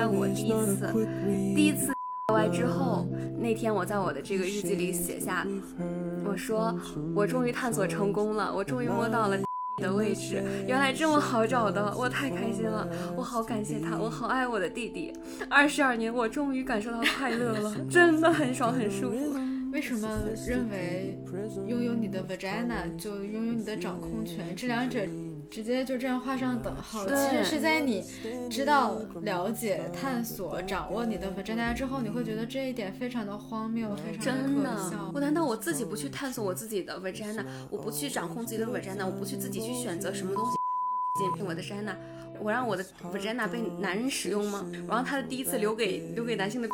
在我第一次DIY 之后，那天我在我的这个日记里写下，我说我终于探索成功了，我终于摸到了的位置，原来这么好找的，我太开心了，我好感谢他，我好爱我的弟弟。22年，我终于感受到快乐了，真的很爽很舒服。 为什么认为拥有你的 vagina 就拥有你的掌控权？这两者直接就这样画上等号。其实是在你知道、了解、探索、掌握你的 vagina 之后，你会觉得这一点非常的荒谬，非常的可笑。 我难道我自己不去探索我自己的 vagina， 我不去掌控自己的 vagina， 我不去自己去选择什么东西进我的 vagina， 我让我的 vagina 被男人使用吗？我让他的第一次留给男性的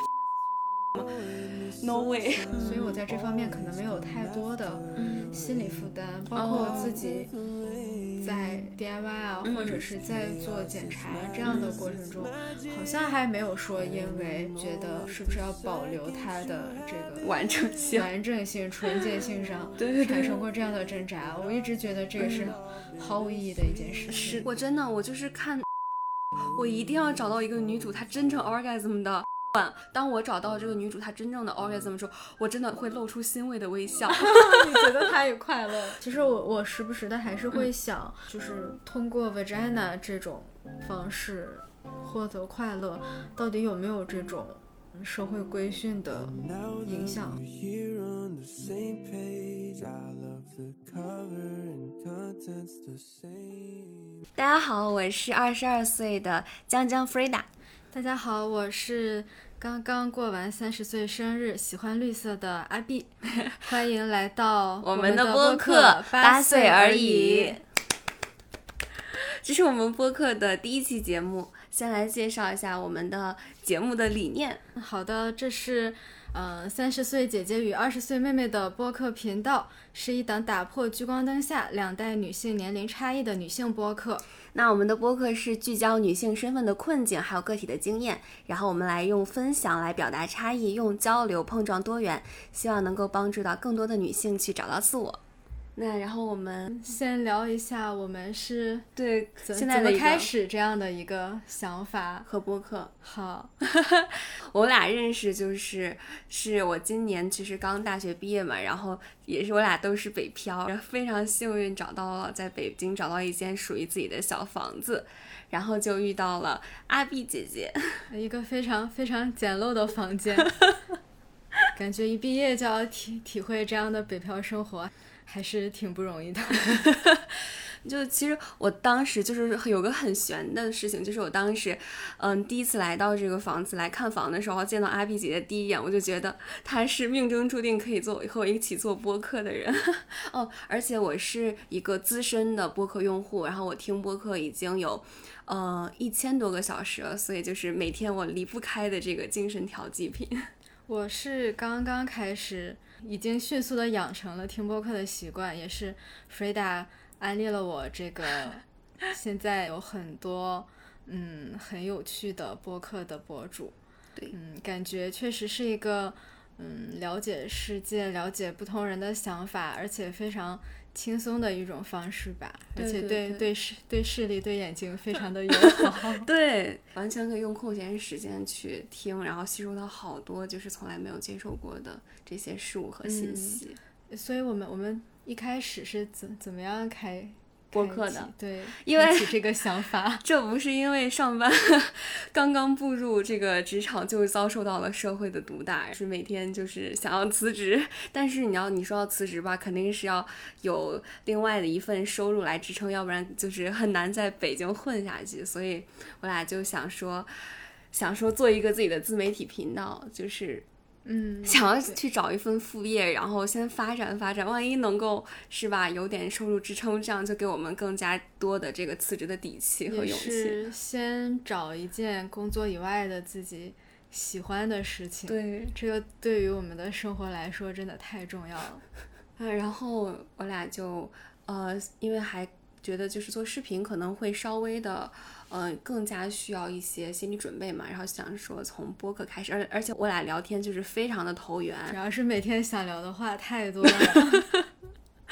No way。 所以我在这方面可能没有太多的心理负担，包括我自己在 DIY 啊，或者是在做检查这样的过程中，好像还没有说因为觉得是不是要保留它的这个完整性、纯洁性上产生过这样的挣扎。我一直觉得这个是毫无意义的一件事情。 是我真的，我就是看，我一定要找到一个女主她真正 orgasm 的。当我找到这个女主她真正的 orgasm 的时候，我真的会露出欣慰的微笑。 你觉得她也快乐？其实我时不时的还是会想，就是通过 vagina 这种方式获得快乐，到底有没有这种社会规训的影响？ 大家好，我是22岁的江江 Frida。 大家好，我是刚刚过完30岁生日，喜欢绿色的阿碧。欢迎来到我们的播客8岁而已。这是我们播客的第1期节目，先来介绍一下我们的节目的理念。 好的，这是30岁姐姐与20岁妹妹的播客频道，是一档打破聚光灯下两代女性年龄差异的女性播客。 那我们的播客是聚焦女性身份的困境，还有个体的经验，然后我们来用分享来表达差异，用交流碰撞多元，希望能够帮助到更多的女性去找到自我。那然后我们先聊一下我们是对现在怎么开始这样的一个想法和播客。 好， 我俩认识是我今年其实刚大学毕业嘛，然后也是我俩都是北漂，非常幸运在北京找到一间属于自己的小房子，然后就遇到了阿碧姐姐， 一个非常非常简陋的房间。感觉一毕业就要体会这样的北漂生活，还是挺不容易的。 就其实我当时就是有个很悬的事情，就是我当时第一次来到这个房子来看房的时候，见到阿碧姐姐第一眼，我就觉得她是命中注定可以和我一起做播客的人。而且我是一个资深的播客用户，然后我听播客已经有1000多个小时了，所以就是每天我离不开的这个精神调剂品。 我是刚刚开始，已经迅速的养成了听播客的习惯，也是 Frida 安利了我这个现在有很多很有趣的播客的博主。 对， 感觉确实是一个了解世界、了解不同人的想法，而且非常轻松的一种方式吧。 对， 而且对视力、对眼睛非常的友好。 对，完全可以用空闲时间去听，然后吸收到好多就是从来没有接受过的这些事物和信息。 所以我们一开始是怎么样开播客的？ 对， 因为这个想法， 这不是因为上班刚刚步入这个职场就遭受到了社会的毒打，是每天就是想要辞职，但是你说要辞职吧，肯定是要有另外的一份收入来支撑，要不然就是很难在北京混下去。所以我俩就想说做一个自己的自媒体频道，就是想要去找一份副业，然后先发展，万一能够是吧有点收入支撑，这样就给我们更加多的这个辞职的底气和勇气。 也是先找一件工作以外的自己喜欢的事情。 对， 这个对于我们的生活来说真的太重要了。 然后我俩就因为还觉得就是做视频可能会稍微的更加需要一些心理准备嘛，然后想说从播客开始，而且我俩聊天就是非常的投缘， 主要是每天想聊的话太多了。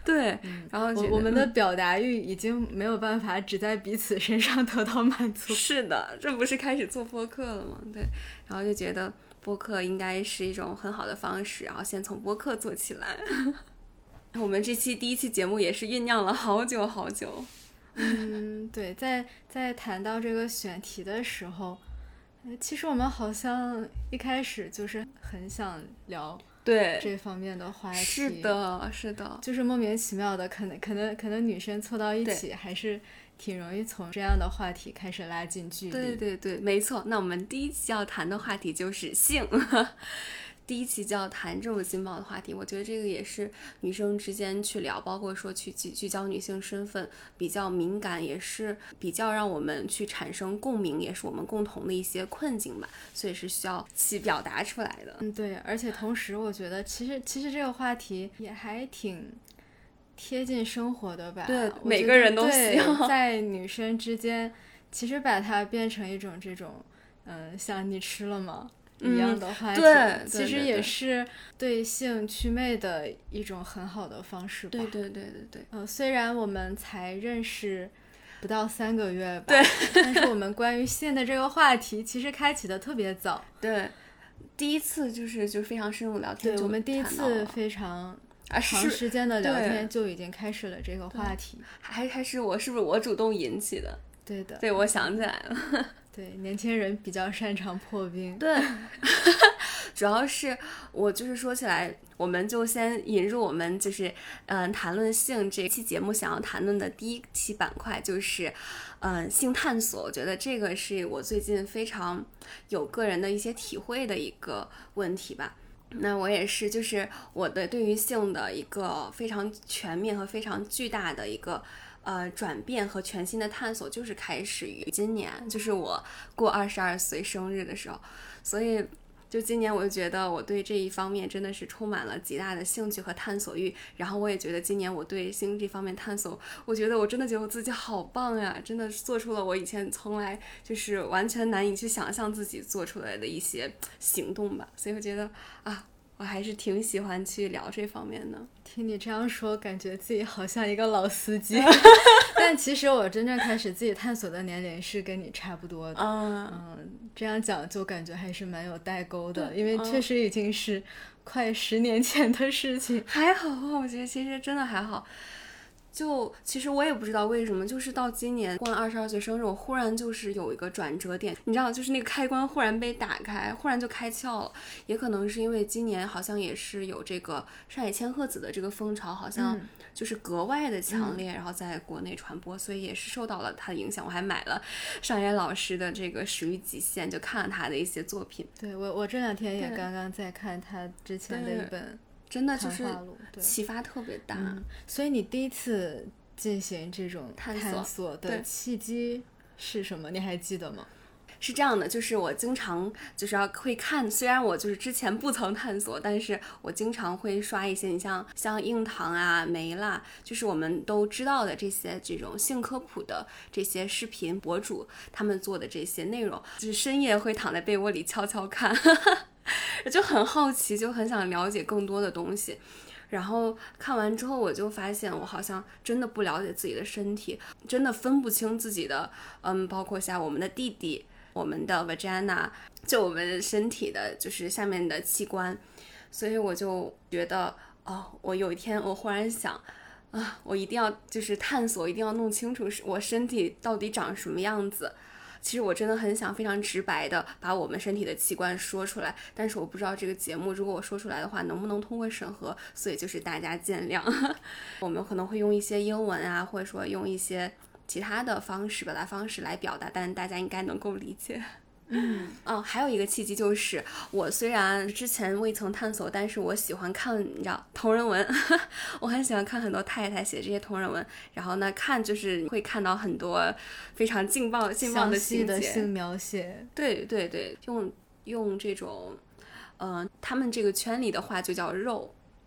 对，然后我们的表达欲已经没有办法只在彼此身上得到满足。 是的，这不是开始做播客了吗？对，然后就觉得播客应该是一种很好的方式，然后先从播客做起来。我们这期第一期节目也是酝酿了好久好久。 对，在谈到这个选题的时候，其实我们好像一开始就是很想聊这方面的话题。 是的，是的， 就是莫名其妙的，可能女生凑到一起，还是挺容易从这样的话题开始拉近距离。 对对对，没错。那我们第一期要谈的话题就是性。第一期就要谈这么劲爆的话题，我觉得这个也是女生之间去聊，包括说去聚焦女性身份比较敏感，也是比较让我们去产生共鸣，也是我们共同的一些困境吧，所以是需要去表达出来的。 对，而且同时我觉得其实这个话题也还挺贴近生活的吧。 对，每个人都需要在女生之间，其实把它变成一种这种像你吃了吗一样的话题， 对， 其实也是对性祛魅的一种很好的方式吧。 对。 虽然我们才认识不到3个月吧， 对， 但是我们关于性的这个话题其实开启的特别早。 对，第一次就非常深入聊天， 对，我们第一次非常长时间的聊天就已经开始了这个话题。 还是我是不是我主动引起的？ 对的， 对，我想起来了。 对，年轻人比较擅长破冰。 对，主要是我就是说起来，我们就先引入我们就是谈论性这期节目想要谈论的第一期板块，就是性探索。我觉得这个是我最近非常有个人的一些体会的一个问题吧。那我也是，就是我的对于性的一个非常全面和非常巨大的一个转变和全新的探索，就是开始于今年，就是我过22岁生日的时候。所以就今年我就觉得我对这一方面真的是充满了极大的兴趣和探索欲，然后我也觉得今年我对性这方面探索，我觉得我真的觉得我自己好棒呀，真的做出了我以前从来就是完全难以去想象自己做出来的一些行动吧。所以我觉得我还是挺喜欢去聊这方面的。 听你这样说，感觉自己好像一个老司机。但其实我真正开始自己探索的年龄是跟你差不多的。这样讲就感觉还是蛮有代沟的，因为确实已经是快10年前的事情。 还好，我觉得其实真的还好。就其实我也不知道为什么，就是到今年过完22岁生日，我忽然就是有一个转折点，你知道，就是那个开关忽然被打开，忽然就开窍了。也可能是因为今年好像也是有这个上野千鹤子的这个风潮，好像就是格外的强烈，然后在国内传播，所以也是受到了他的影响。我还买了上野老师的这个《始于极限》，就看了他的一些作品。 对，我这2天也刚刚在看他之前的一本。 真的就是启发特别大。 所以你第一次进行这种探索的契机是什么？你还记得吗？ 是这样的，就是我经常就是会看，虽然我就是之前不曾探索，但是我经常会刷一些你像硬糖啊、梅啦，就是我们都知道的这些这种性科普的这些视频博主他们做的这些内容，就是深夜会躺在被窝里悄悄看。就很好奇，就很想了解更多的东西。然后看完之后，我就发现我好像真的不了解自己的身体，真的分不清自己的包括像我们的弟弟、我们的 vagina， 就我们身体的就是下面的器官。所以我就觉得我有一天我忽然想我一定要就是探索，一定要弄清楚我身体到底长什么样子。其实我真的很想非常直白的把我们身体的器官说出来，但是我不知道这个节目如果我说出来的话能不能通过审核，所以就是大家见谅。我们可能会用一些英文啊，或者说用一些其他的表达方式来表达，但大家应该能够理解。还有一个契机就是我虽然之前未曾探索，但是我喜欢看你知道同人文。我很喜欢看很多太太写这些同人文，然后呢看就是会看到很多非常劲爆的情节， 详细的性描写。 对对对，用这种他们这个圈里的话就叫肉，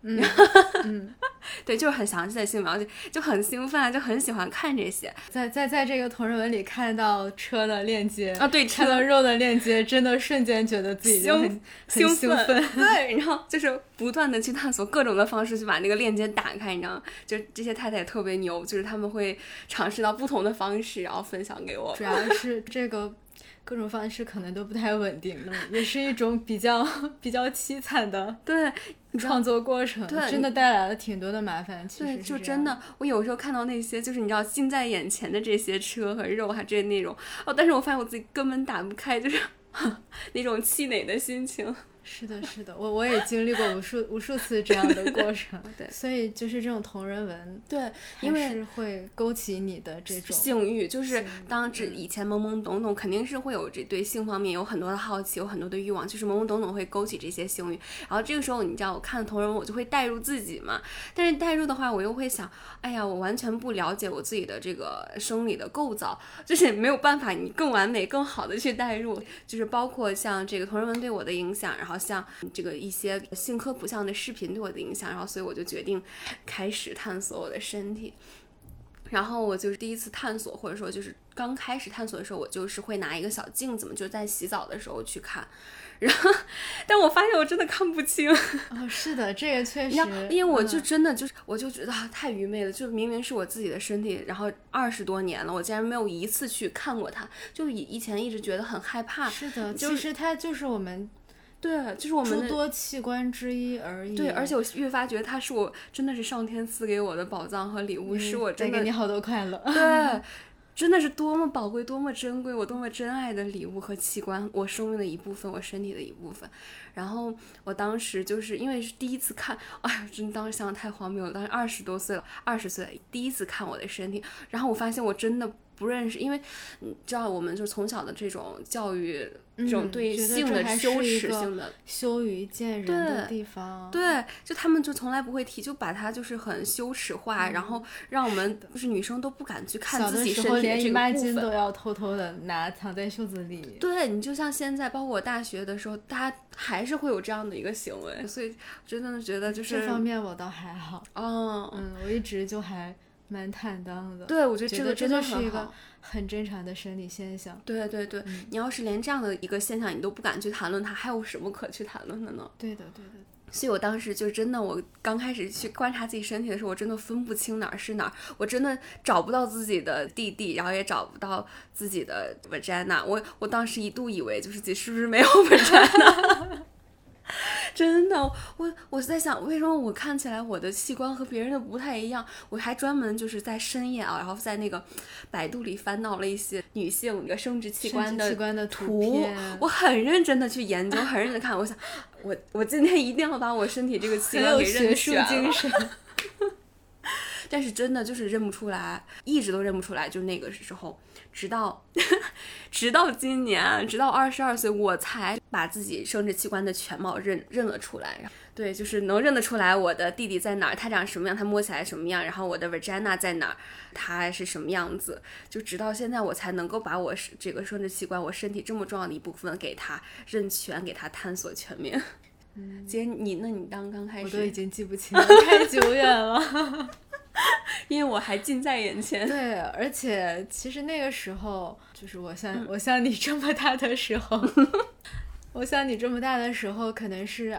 对，就是很详细的性描写，就很兴奋，就很喜欢看这些。 在这个同人文里看到车的链接啊，对， 看到肉的链接，真的瞬间觉得自己就很兴奋。 对，然后就是不断的去探索各种的方式去把那个链接打开，你知道吗？就这些太太特别牛，就是他们会尝试到不同的方式，然后分享给我。 主要是这个各种方式可能都不太稳定的，也是一种比较凄惨的对创作过程， 对， 真的带来了挺多的麻烦。其实对，就真的，我有时候看到那些就是你知道近在眼前的这些车和肉还这些内容但是我发现我自己根本打不开，就是那种气馁的心情。 是的，是的，我也经历过无数次这样的过程。 对， 所以就是这种同人文， 对，因为还是会勾起你的这种性欲，就是当以前懵懵懂懂，肯定是会有这对性方面有很多的好奇，有很多的欲望，就是懵懵懂懂会勾起这些性欲。然后这个时候，你知道我看同人文，我就会带入自己嘛。但是带入的话，我又会想，哎呀，我完全不了解我自己的这个生理的构造，就是没有办法你更完美、更好的去带入。就是包括像这个同人文对我的影响，然后像这个一些性科普项的视频对我的影响，然后所以我就决定开始探索我的身体。然后我就是第一次探索，或者说就是刚开始探索的时候，我就是会拿一个小镜子嘛，就在洗澡的时候去看，然后但我发现我真的看不清。 是的，这个确实， 因为我就真的就是我就觉得太愚昧了，就明明是我自己的身体，然后20多年了，我竟然没有一次去看过它，就以前一直觉得很害怕。 是的，其实它就是我们。 对，就是我们诸多器官之一而已。 对，而且我越发觉得它是我真的是上天赐给我的宝藏和礼物，是我真的带给你好多快乐。 对，真的是多么宝贵、多么珍贵，我多么珍爱的礼物和器官，我生命的一部分，我身体的一部分。然后我当时就是因为是第一次看，哎呀，真当时想太荒谬了。当时20岁了，第一次看我的身体，然后我发现我真的不认识，因为你知道，我们就从小的这种教育。这种对性的羞耻性的羞于见人的地方， 对，就他们就从来不会提，就把它就是很羞耻化，然后让我们就是女生都不敢去看自己身体的这个部分， 连姨妈巾都要偷偷的藏在袖子里。 对，你就像现在，包括我大学的时候，大家还是会有这样的一个行为，所以真的觉得就是这方面我倒还好。我一直就还蛮坦荡的。 对，我觉得这个真的是一个很正常的生理现象。 对对对，你要是连这样的一个现象你都不敢去谈论它，还有什么可去谈论的呢？ 对的对的。 所以我当时就真的，我刚开始去观察自己身体的时候，我真的分不清哪儿是哪儿，我真的找不到自己的弟弟，然后也找不到自己的 vagina。我当时一度以为就是自己是不是没有 vagina。真的，我在想，为什么我看起来我的器官和别人的不太一样？我还专门就是在深夜然后在那个百度里翻到了一些女性的生殖器官的图片， 我很认真的去研究，很认真的看。我想，我今天一定要把我身体这个器官给认全了。 精神。 但是真的就是认不出来，一直都认不出来。就那个时候，直到今年，直到22岁，我才把自己生殖器官的全貌认了出来。对，就是能认得出来我的弟弟在哪儿，他长什么样，他摸起来什么样，然后我的 vagina 在哪儿，他是什么样子。就直到现在，我才能够把我这个生殖器官，我身体这么重要的一部分给他认全，给他探索全面。姐，你刚开始， 我都已经记不清了，太久远了。 因为我还近在眼前。 对，而且其实那个时候就是我像你这么大的时候我像你这么大的时候可能是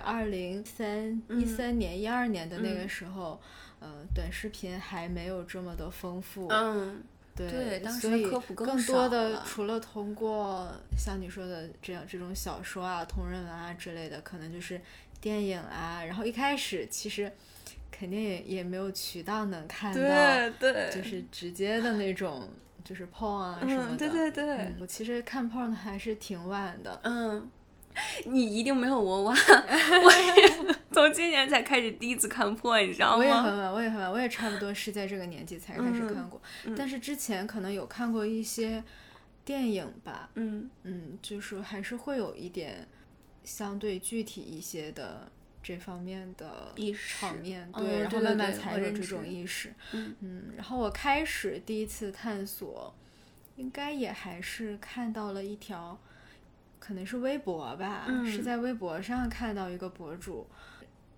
2013年12年的那个时候，短视频还没有这么的丰富。对， 当时的科普更多的除了通过像你说的这种小说啊、同人文啊之类的，可能就是电影啊，然后一开始其实肯定也没有渠道能看到， 对， 就是直接的那种就是 porn 啊什么的。对， 我其实看 porn 还是挺晚的。 你一定没有我晚，我也从今年才开始第一次看porn，你知道吗？ 我也很晚，我也差不多是在这个年纪才开始看过，但是之前可能有看过一些电影吧，就是还是会有一点相对具体一些的这方面的场面，对，然后慢慢才有这种意识。然后我开始第一次探索，应该也还是看到了一条。可能是微博吧，是在微博上看到一个博主，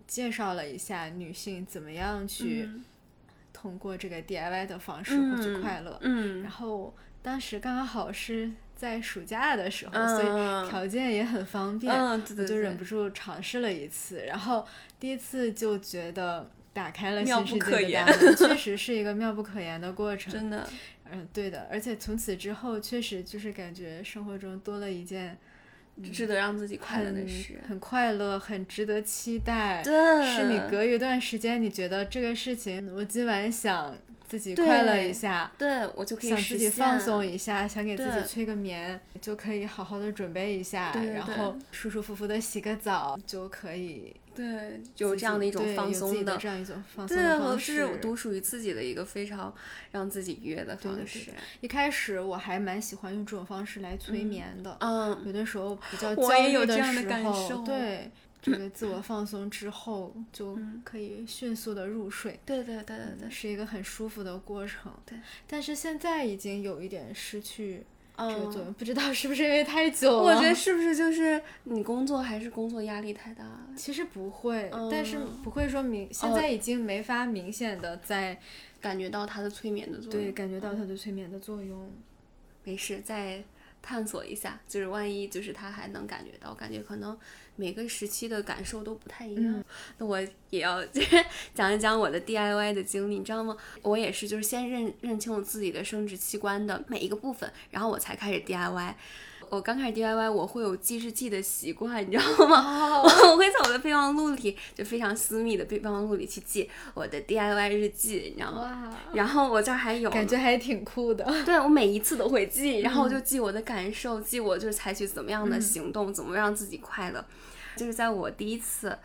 介绍了一下女性怎么样去通过这个 DIY 的方式获取快乐。然后当时刚刚好是在暑假的时候，所以条件也很方便， 对对对， 我就忍不住尝试了一次。然后第一次就觉得打开了新世界的大门，确实是一个妙不可言的过程， 真的。 对的，而且从此之后确实就是感觉生活中多了一件值得让自己快乐的事， 很快乐，很值得期待。 对， 是你隔一段时间，你觉得这个事情，我今晚想自己快乐一下， 对我就可以想自己放松一下，想给自己催个眠，就可以好好的准备一下，然后舒舒服服的洗个澡，就可以。 对，有这样的一种放松的这样一种放松的方式， 对，是独属于自己的一个非常让自己愉悦的方式。 对，一开始我还蛮喜欢用这种方式来催眠的，有的时候比较焦虑的时候， 对，这个自我放松之后就可以迅速的入睡。 对， 是一个很舒服的过程。 对， 但是现在已经有一点失去这个作用，不知道是不是因为太久了。 我觉得是不是就是你工作还是工作压力太大了？ 其实不会，但是不会说现在已经没法明显的在感觉到它的催眠的作用。 对，感觉到它的催眠的作用。 没事，再探索一下，就是万一就是他还能感觉到，感觉可能每个时期的感受都不太一样。那我也要讲一讲我的 DIY 的经历，你知道吗？我也是就是先认清我自己的生殖器官的每一个部分，然后我才开始 DIY。我刚开始 DIY 我会有记日记的习惯，你知道吗？我会在我的备忘录里，就非常私密的备忘录里去记我的 DIY 日记，你知道吗？然后我这儿还有， 感觉还挺酷的。 对，我每一次都会记，然后我就记我的感受，记我就是采取怎么样的行动，怎么让自己快乐。就是在我第一次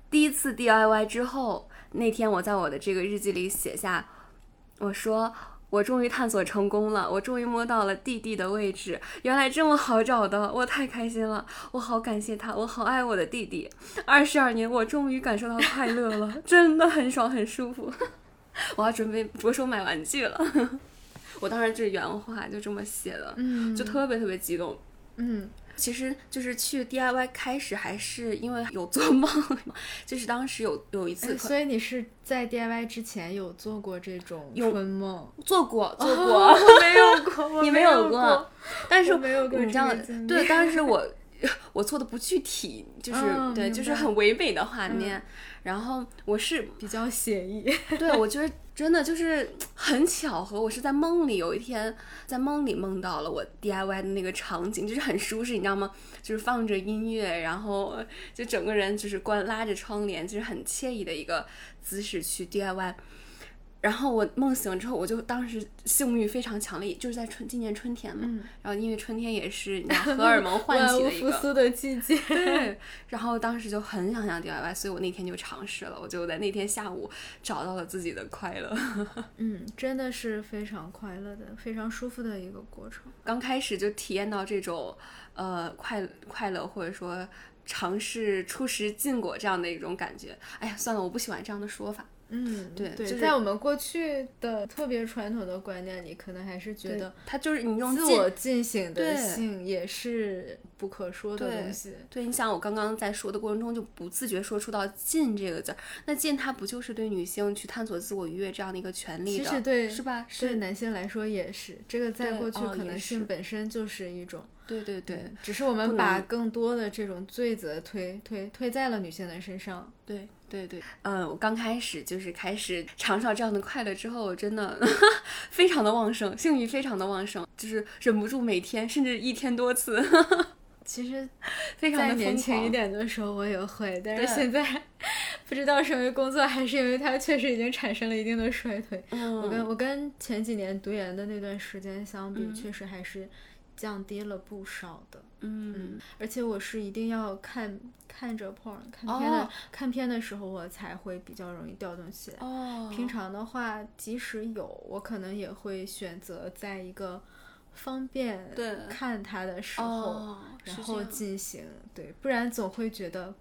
DIY 之后，那天我在我的这个日记里写下，我说我终于探索成功了，我终于摸到了弟弟的位置，原来这么好找的，我太开心了，我好感谢他，我好爱我的弟弟。22年，我终于感受到快乐了，真的很爽很舒服。我要准备着手买玩具了。我当时这原话就这么写的，就特别特别激动。其实就是去 DIY 开始还是因为有做梦，就是当时有一次， 所以你是在 DIY 之前有做过这种春梦？ 做过， 我没有过， 你没有过，但是没有过， 你知道，对，但是我做的不具体，就是对，就是很唯美的画面。然后我是比较写意， 对，我觉得真的就是很巧合，我是在梦里，有一天在梦里梦到了我 DIY 的那个场景，就是很舒适，你知道吗？就是放着音乐，然后就整个人就是拉着窗帘，就是很惬意的一个姿势去 DIY。然后我梦醒之后，我就当时性欲非常强烈，就是在今年春天嘛，然后因为春天也是荷尔蒙唤起的一个万物复苏的季节， 对，然后当时就很想 DIY， 所以我那天就尝试了，我就在那天下午找到了自己的快乐。 真的是非常快乐的，非常舒服的一个过程。 刚开始就体验到这种快乐，或者说尝试初识禁果这样的一种感觉。哎呀，算了，我不喜欢这样的说法。对，就是在我们过去的特别传统的观念里，可能还是觉得它就是你用自我进行的性也是不可说的东西。 对，你想我刚刚在说的过程中就不自觉说出到禁这个字，那禁它不就是对女性去探索自我愉悦这样的一个权利的？ 其实对， 是吧？ 对男性来说也是，这个在过去可能性本身就是一种。 对， 只是我们把更多的这种罪责推在了女性的身上。 对，我刚开始尝到这样的快乐之后，我真的非常的旺盛，性欲非常的旺盛，就是忍不住每天甚至一天多次。 其实非常的年轻一点的时候我也会，但是现在不知道是因为工作还是因为它确实已经产生了一定的衰退。我跟前几年读研的那段时间相比，确实还是降低了不少的。而且我是一定要看着 porn 看片的时候我才会比较容易调动起来。平常的话即使有，我可能也会选择在一个方便看它的时候然后进行，对，不然总会觉得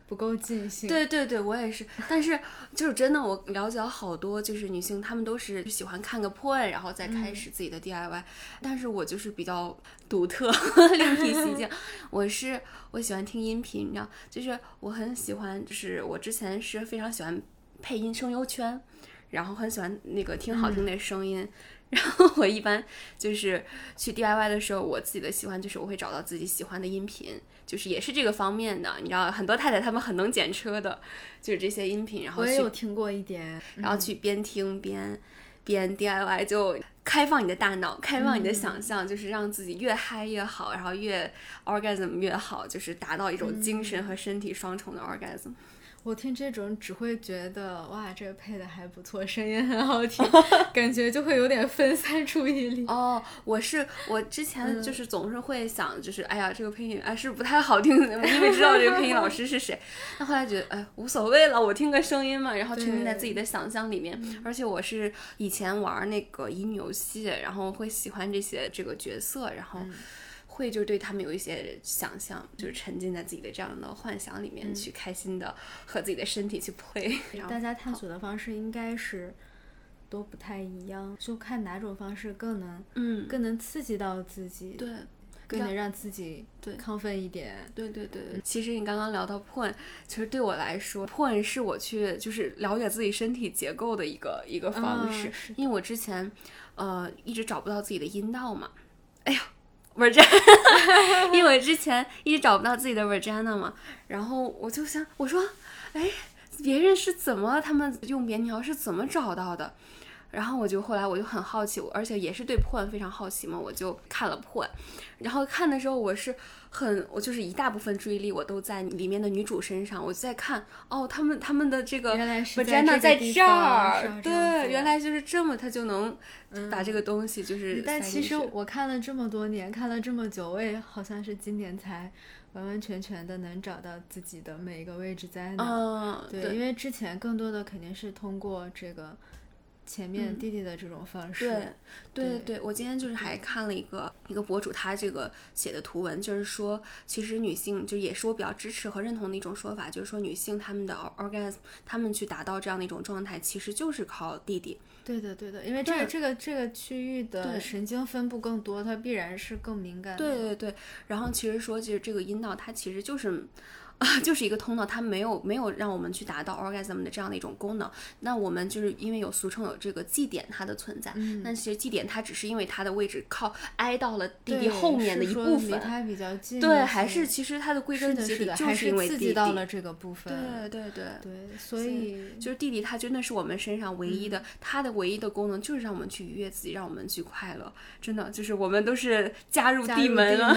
不够尽兴。 对对对，我也是。但是就是真的，我了解了好多就是女性，她们都是喜欢看个破案，然后再开始自己的 DIY。但是我就是比较独特，另辟蹊径。我喜欢听音频，你知道，就是我很喜欢，就是我之前是非常喜欢配音声优圈，然后很喜欢那个听好听的声音。然后我一般就是去 DIY 的时候，我自己的习惯就是我会找到自己喜欢的音频，就是也是这个方面的。你知道，很多太太她们很能剪车的，就是这些音频，然后我也有听过一点， 然后去边听边 DIY， 就开放你的大脑，开放你的想象，就是让自己越嗨越好，然后越 orgasm 越好，就是达到一种精神和身体双重的 orgasm。 我听这种只会觉得哇，这个配的还不错，声音很好听，感觉就会有点分散注意力。 哦，我之前就是总是会想，就是哎呀，这个配音是不太好听，因为知道这个配音老师是谁。那后来觉得无所谓了，我听个声音嘛，然后沉浸在自己的想象里面。而且我是以前玩那个乙女游戏，然后会喜欢这个角色，然后会就对他们有一些想象，就是沉浸在自己的这样的幻想里面，去开心的和自己的身体去 play。 大家探索的方式应该是都不太一样，就看哪种方式更能刺激到自己， 对， 更能让自己亢奋一点。 对对对，其实你刚刚聊到 porn， 其实对我来说 porn 是我去就是了解自己身体结构的一个方式，因为我之前一直找不到自己的阴道嘛，哎呀。因为我之前一直找不到自己的 vagina 嘛，然后我就想，我说，哎，别人是怎么他们用棉条是怎么找到的？然后后来我就很好奇，而且也是对破案非常好奇嘛，我就看了破案。然后看的时候我就是一大部分注意力我都在里面的女主身上，我就在看他们的这个 vagina 在这儿，对，原来就是这么，他就能把这个东西就是但其实我看了这么多年，看了这么久，我也好像是今年才完完全全的能找到自己的每一个位置在哪。对，因为之前更多的肯定是通过这个前面弟弟的这种方式。 对，我今天就是还看了一个博主，他这个写的图文，就是说其实女性就也是我比较支持和认同的一种说法，就是说女性她们的 orgasm， 她们去达到这样的一种状态，其实就是靠弟弟。 对的，因为这个区域的神经分布更多，它必然是更敏感的。 对，然后其实说就是这个阴道它其实就是就是一个通道，它没有让我们去达到 orgasm 的这样的一种功能。那我们就是因为俗称有这个祭点它的存在，但其实祭点它只是因为它的位置挨到了弟弟后面的一部分， 离它比较近。 对，还是其实它的归根结底就是因为弟弟刺激到了这个部分。 对， 所以就是弟弟他真的是我们身上唯一的，他的唯一的功能就是让我们去愉悦自己，让我们去快乐。真的就是我们都是加入弟门了。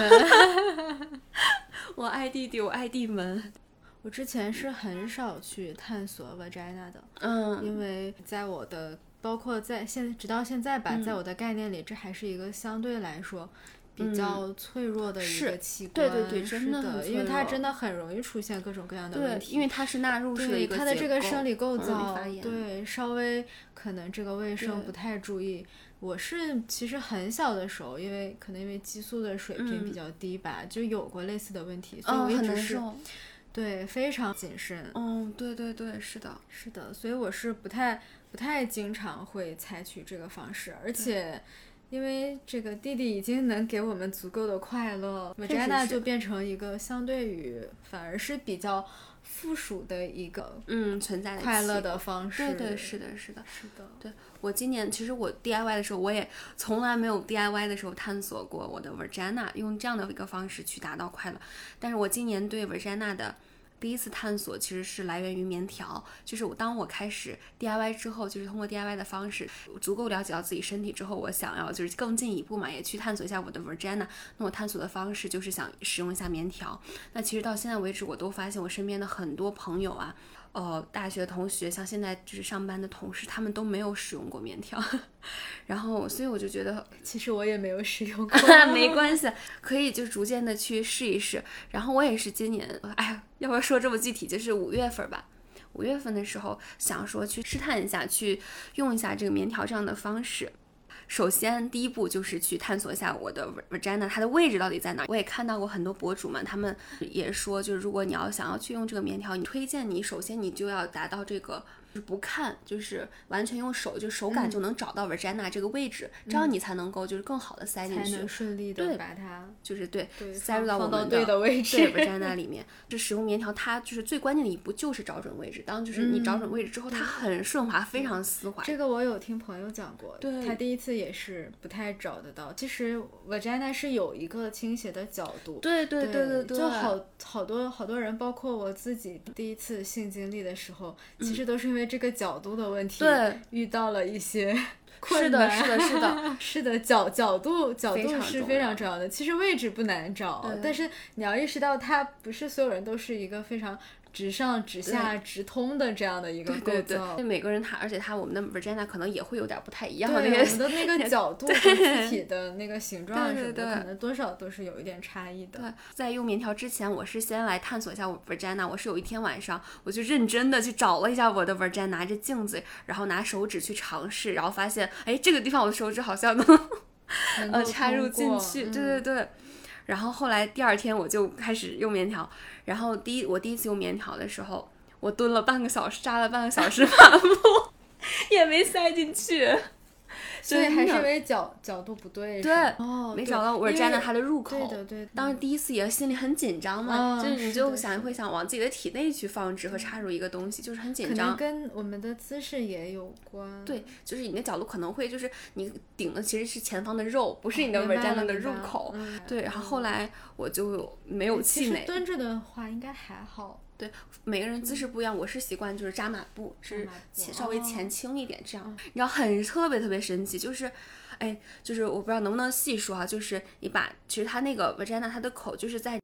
我爱弟弟，我爱弟门。 我之前是很少去探索 vagina 的，因为在我的包括直到现在吧，在我的概念里，这还是一个相对来说比较脆弱的一个器官。 对，真的很脆弱， 因为它真的很容易出现各种各样的问题。 因为它是纳入式的一个结构， 它的这个生理构造，稍微可能这个卫生不太注意。我是其实很小的时候，因为激素的水平比较低吧，就有过类似的问题，所以我一直是对非常谨慎。 对，是的， 所以我是不太经常会采取这个方式，而且因为这个弟弟已经能给我们足够的快乐，vagina就变成一个相对于反而是比较附属的一个存在的快乐的方式。 对，是的。对，我今年其实我 DIY 的时候，我也从来没有 DIY 的时候探索过我的 vagina， 用这样的一个方式去达到快乐。但是我今年对 vagina 的第一次探索其实是来源于棉条，就是当我开始 DIY 之后，就是通过 DIY 的方式足够了解到自己身体之后，我想要就是更进一步嘛，也去探索一下我的 vagina。那我探索的方式就是想使用一下棉条。那其实到现在为止，我都发现我身边的很多朋友啊，大学同学，像现在就是上班的同事，他们都没有使用过棉条。然后所以我就觉得其实我也没有使用过没关系，可以就逐渐的去试一试。然后我也是今年要不要说这么具体，就是5月份吧，5月份的时候想说去试探一下，去用一下这个棉条这样的方式。 首先第一步就是去探索一下我的 vagina 它的位置到底在哪。我也看到过很多博主们，他们也说，就是如果你想要去用这个棉条，你推荐你首先你就要达到这个不看，就是完全用手，就手感就能找到 vagina 这个位置，这样你才能够就是更好的塞进去， 才能顺利的把它就是塞入到我们对的位置 vagina 里面。就使用棉条，它就是最关键的一步就是找准位置。当就是你找准位置之后，它很顺滑，非常丝滑。 这个我有听朋友讲过，他第一次也是不太找得到。其实 vagina 是有一个倾斜的角度， 对， 就好多人，包括我自己，第一次性经历的时候，其实都是因为这个角度的问题，遇到了一些困难。是的，角度是非常重要的。其实位置不难找，但是你要意识到它不是所有人都是一个非常直上直下直通的这样的一个构造。 对每个人而且我们的 vagina 可能也会有点不太一样， 对我们的那个角度和肢体的那个形状什么的，可能多少都是有一点差异的。 对，在用棉条之前，我是先来探索一下我 vagina。我是有一天晚上，我就认真的去找了一下我的 vagina， 拿着镜子，然后拿手指去尝试，然后发现，哎，这个地方我的手指好像能插入进去。对。然后后来第二天我就开始用棉条，然后我第一次用棉条的时候，我蹲了半个小时，扎了半个小时反复也没塞进去， 所以还是因为角度不对。 对，没找到我站在它的入口。 对， 当时第一次也心里很紧张嘛，就是你就会想往自己的体内去放置和插入一个东西，就是很紧张。 可能跟我们的姿势也有关。 对，就是你的角度可能会就是你顶的其实是前方的肉，不是你的 vagina 的入口。对，然后后来我就没有气馁。 其实蹲着的话应该还好。 对，每个人姿势不一样，我是习惯就是扎马步，是稍微前倾一点这样。你知道特别神奇，就是就是我不知道能不能细说啊，就是你其实它那个 vagina 它的口就是在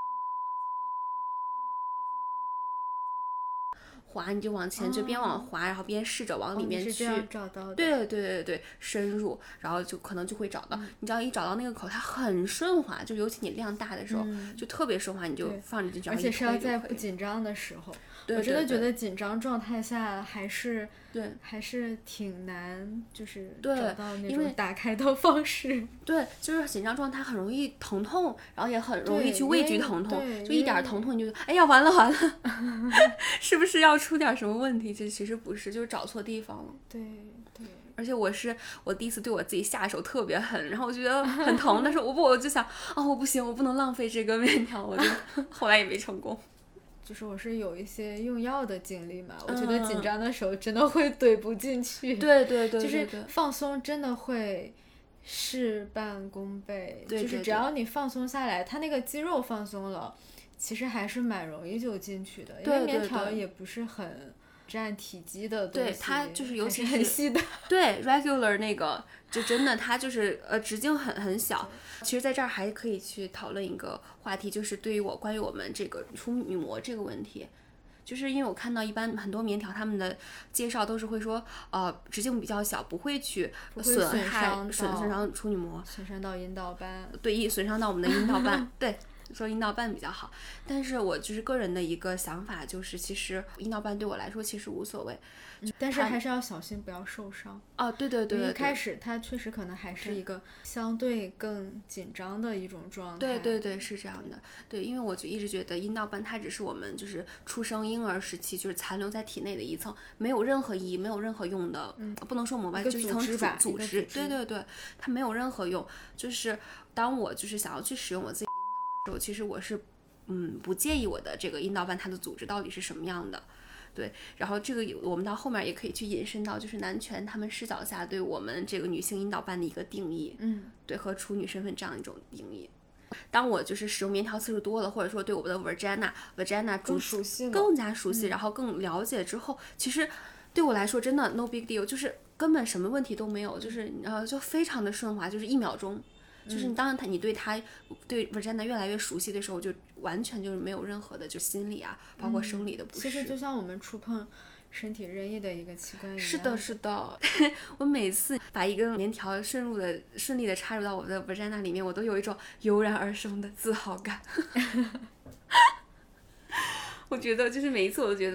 滑，你就往前就边往滑，然后边试着往里面去。 是这样找到的。 对，深入，然后就可能就会找到。你只要一找到那个口，它很顺滑，就尤其你量大的时候，就特别顺滑，你就放进去。 而且是要在不紧张的时候。我真的觉得紧张状态下还是挺难，就是找到那种打开的方式。 对，就是紧张状态很容易疼痛，然后也很容易去畏惧疼痛，就一点疼痛你就哎呀完了是不是要出点什么问题？其实不是，就是找错地方了。 对。 而且我第一次对我自己下手特别狠，然后我觉得很疼，但是我就想我不行，我不能浪费这个面条，我就后来也没成功。 就是我是有一些用药的经历嘛，我觉得紧张的时候真的会怼不进去。 对， 就是放松真的会事半功倍。就是只要你放松下来，它那个肌肉放松了，其实还是蛮容易就进去的。因为棉条也不是很占体积的东西， 对，它就是尤其是很细的。 对 regular 那个就真的它就是直径很小。其实在这儿还可以去讨论一个话题，就是关于我们这个处女膜这个问题。就是因为我看到一般很多棉条他们的介绍都是会说直径比较小，不会去损伤处女膜， 损伤到阴道瓣。 对，损伤到我们的阴道瓣。对，说阴道瓣比较好，但是我就是个人的一个想法，就是其实阴道瓣对我来说其实无所谓， 但是还是要小心不要受伤。 对， 一开始它确实可能还是一个相对更紧张的一种状态。 对，是这样的。对，因为我就一直觉得阴道瓣它只是我们就是出生婴儿时期就是残留在体内的一层，没有任何意义，没有任何用的，不能说膜拜，就是一层组织。对，它没有任何用。就是当我就是想要去使用我自己的时候，其实我是不介意我的这个阴道瓣它的组织到底是什么样的。对，然后这个我们到后面也可以去引申到就是男权他们视角下对我们这个女性阴道瓣的一个定义，对，和处女身份这样一种定义。当我就是使用棉条次数多了，或者说对我的 vagina 更熟悉了， 更加熟悉，然后更了解之后，其实对我来说真的 no big deal， 就是根本什么问题都没有，就是就非常的顺滑，就是1秒钟。就是你当然你对 vagina 越来越熟悉的时候，就完全就是没有任何的就心理啊包括生理的不适。 其实就像我们触碰身体任意的一个器官一样。 是的我每次把一根棉条顺利的插入到我的 vagina 里面，我都有一种油然而生的自豪感我觉得就是每一次我都觉得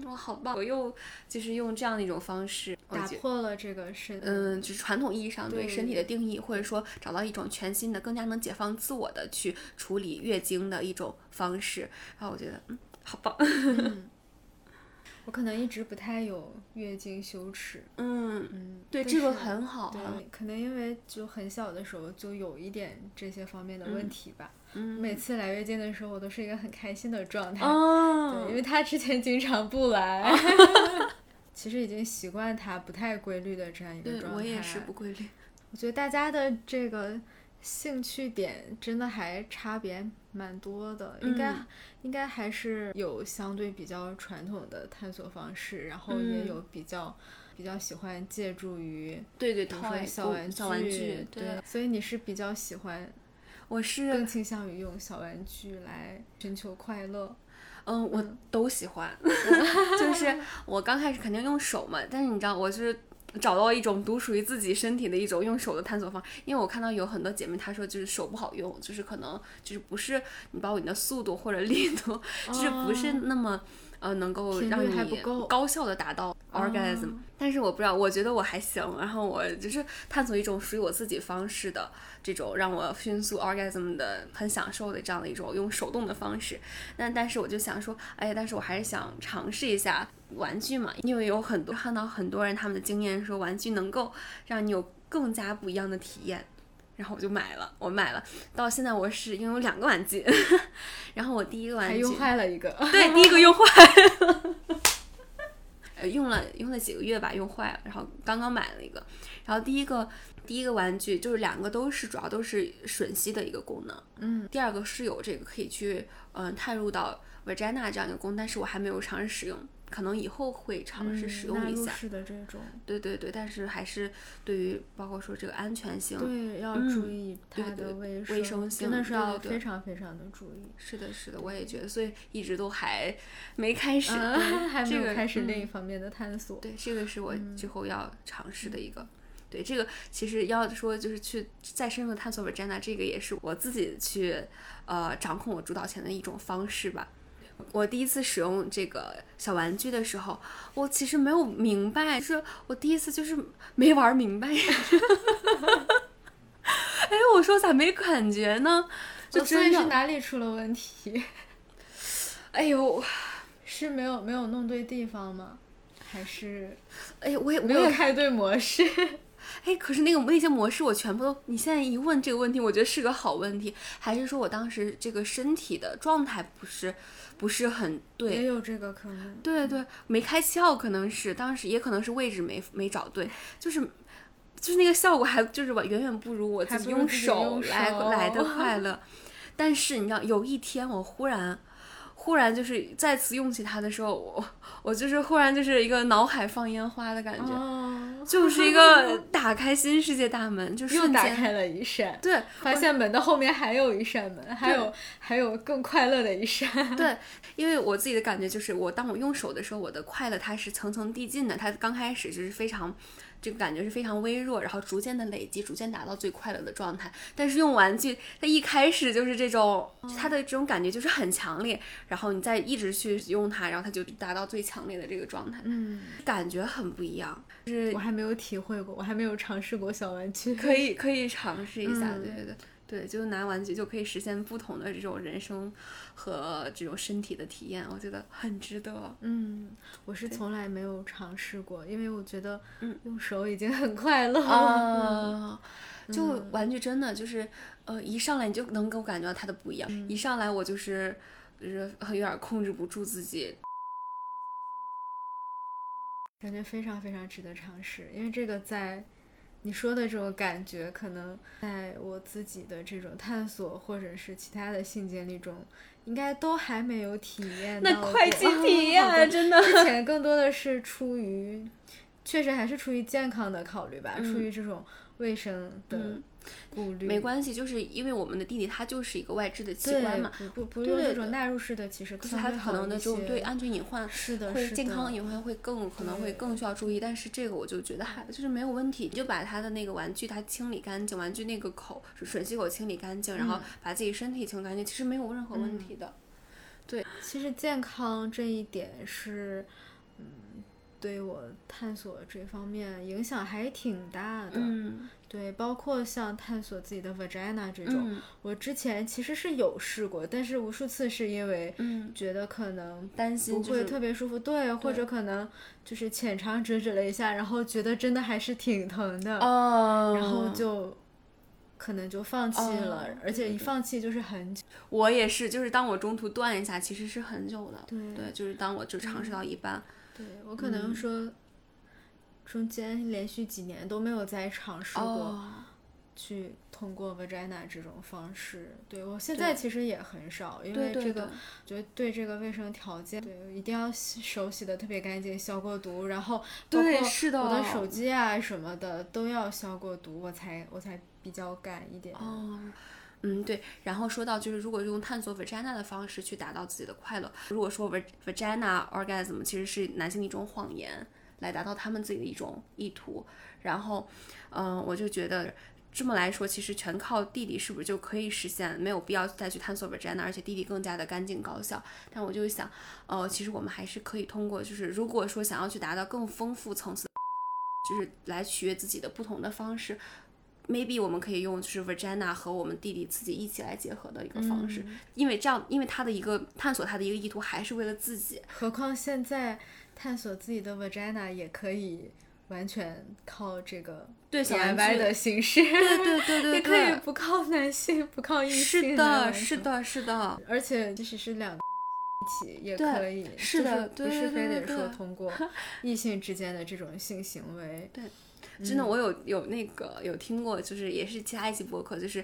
哇，好棒！我又就是用这样的一种方式打破了这个就是传统意义上对身体的定义，或者说找到一种全新的更加能解放自我的去处理月经的一种方式，然后我觉得好棒。 我可能一直不太有月经羞耻， 对，这个很好。 对，可能因为就很小的时候就有一点这些方面的问题吧。每次来月经的时候，我都是一个很开心的状态。对，因为他之前经常不来，其实已经习惯他不太规律的这样一个状态。 对，我也是不规律。 我觉得大家的这个兴趣点真的还差别蛮多的，应该还是有相对比较传统的探索方式，然后也有比较喜欢借助于对小玩具，对，所以你是比较喜欢， 我是更倾向于用小玩具来寻求快乐。 我都喜欢，就是我刚开始肯定用手嘛，但是你知道我就是找到一种独属于自己身体的一种用手的探索方，因为我看到有很多姐妹她说就是手不好用，就是可能就是不是你包括你的速度或者力度，就是不是那么能够让你高效的达到 orgasm，但是我不知道，我觉得我还行，然后我就是探索一种属于我自己方式的这种让我迅速 orgasm 的很享受的这样的一种用手动的方式。但是我就想说，但是我还是想尝试一下玩具嘛，因为看到很多人他们的经验说玩具能够让你有更加不一样的体验。然后我买了，到现在我是拥有2个玩具，然后我第一个玩具还用坏了一个， 对，第一个用坏了，用了几个月吧，用坏了，然后刚刚买了一个，然后第一个玩具就是2个主要都是吮吸的一个功能，第二个是有这个可以去探入到 vagina 这样一个功能，但是我还没有尝试使用。可能以后会尝试使用一下， 纳入式的这种， 对，但是还是对于包括说这个安全性， 对，要注意它的卫生性， 真的是要非常非常的注意。 是的，我也觉得，所以一直都还没开始， 还没有开始另一方面的探索。 对，这个是我之后要尝试的一个。对，这个其实要说就是去再深入的探索 vagina， 这个也是我自己去掌控我主导权的一种方式吧。我第一次使用这个小玩具的时候，我其实没有明白，就是我第一次就是没玩明白。我说咋没感觉呢？就所以是哪里出了问题？是没有弄对地方吗？还是我也没有开对模式？ 可是那些模式我全部都，你现在一问这个问题，我觉得是个好问题，还是说我当时这个身体的状态不是很对？ 也有这个可能。 对，没开窍，可能是当时，也可能是位置没找对，就是那个效果还就是远远不如我自己用手来的快乐。但是你知道，有一天我忽然就是再次用起它的时候，我就是忽然就是一个脑海放烟花的感觉，就是一个打开新世界大门，就瞬间又打开了一扇， 对， 发现门的后面还有一扇门，还有更快乐的一扇。 对，因为我自己的感觉就是，当我用手的时候，我的快乐它是层层递进的，它刚开始就是非常。这个感觉是非常微弱，然后逐渐的累积，逐渐达到最快乐的状态。但是用玩具，它一开始就是这种，它的这种感觉就是很强烈，然后你再一直去用它，然后它就达到最强烈的这个状态，感觉很不一样。就是我还没有体会过，我还没有尝试过小玩具， 可以尝试一下，对，就拿玩具就可以实现不同的这种人生和这种身体的体验，我觉得很值得。 我是从来没有尝试过，因为我觉得用手已经很快乐了。就玩具真的就是一上来你就能够感觉到它的不一样，一上来我就是有点控制不住自己， 感觉非常非常值得尝试，因为这个在你说的这种感觉，可能在我自己的这种探索或者是其他的性经历中，应该都还没有体验到。 那快去体验，真的。 之前更多的是确实还是出于健康的考虑吧，出于这种卫生的顾虑。 没关系，就是因为我们的弟弟他就是一个外置的器官嘛， 不用这种纳入式的，其实他可能的这种对安全隐患， 是的， 会健康隐患会可能会更需要注意。但是这个我就觉得就是没有问题，你就把他的那个玩具它清理干净，玩具那个吮吸口清理干净，然后把自己身体清干净，其实没有任何问题的。对， 其实健康这一点是对我探索这方面影响还挺大的。对，包括像探索自己的 vagina 这种，我之前其实是有试过，但是无数次是因为觉得可能担心不会特别舒服，对，或者可能就是浅尝辄止了一下，然后觉得真的还是挺疼的，然后就可能就放弃了，而且一放弃就是很久。 我也是，就是当我中途断一下，其实是很久的。 对， 就是当我就尝试到一半， 对，我可能说中间连续几年都没有再尝试过去通过 vagina 这种方式。对，我现在其实也很少，因为这个觉得对这个卫生条件，对，一定要手洗的特别干净，消过毒，然后包括我的手机啊什么的都要消过毒，我才比较敢一点。 对。然后说到就是如果用探索 vagina 的方式去达到自己的快乐，如果说 vagina orgasm 其实是男性的一种谎言，来达到他们自己的一种意图。然后我就觉得这么来说，其实全靠弟弟是不是就可以实现，没有必要再去探索 vagina， 而且弟弟更加的干净高效。但我就想其实我们还是可以通过，就是如果说想要去达到更丰富层次的，就是来取悦自己的不同的方式，maybe 我们可以用就是 vagina 和我们弟弟自己一起来结合的一个方式，因为他的一个探索，他的一个意图还是为了自己。 何况现在探索自己的 vagina 也可以完全靠这个 DIY 的形式， 对， 也可以不靠男性，不靠异性。 是的， 而且即使是两个一起也可以， 是的， 不是非得说通过异性之间的这种性行为。 对。真的，我有听过，就是也是其他一期播客，就是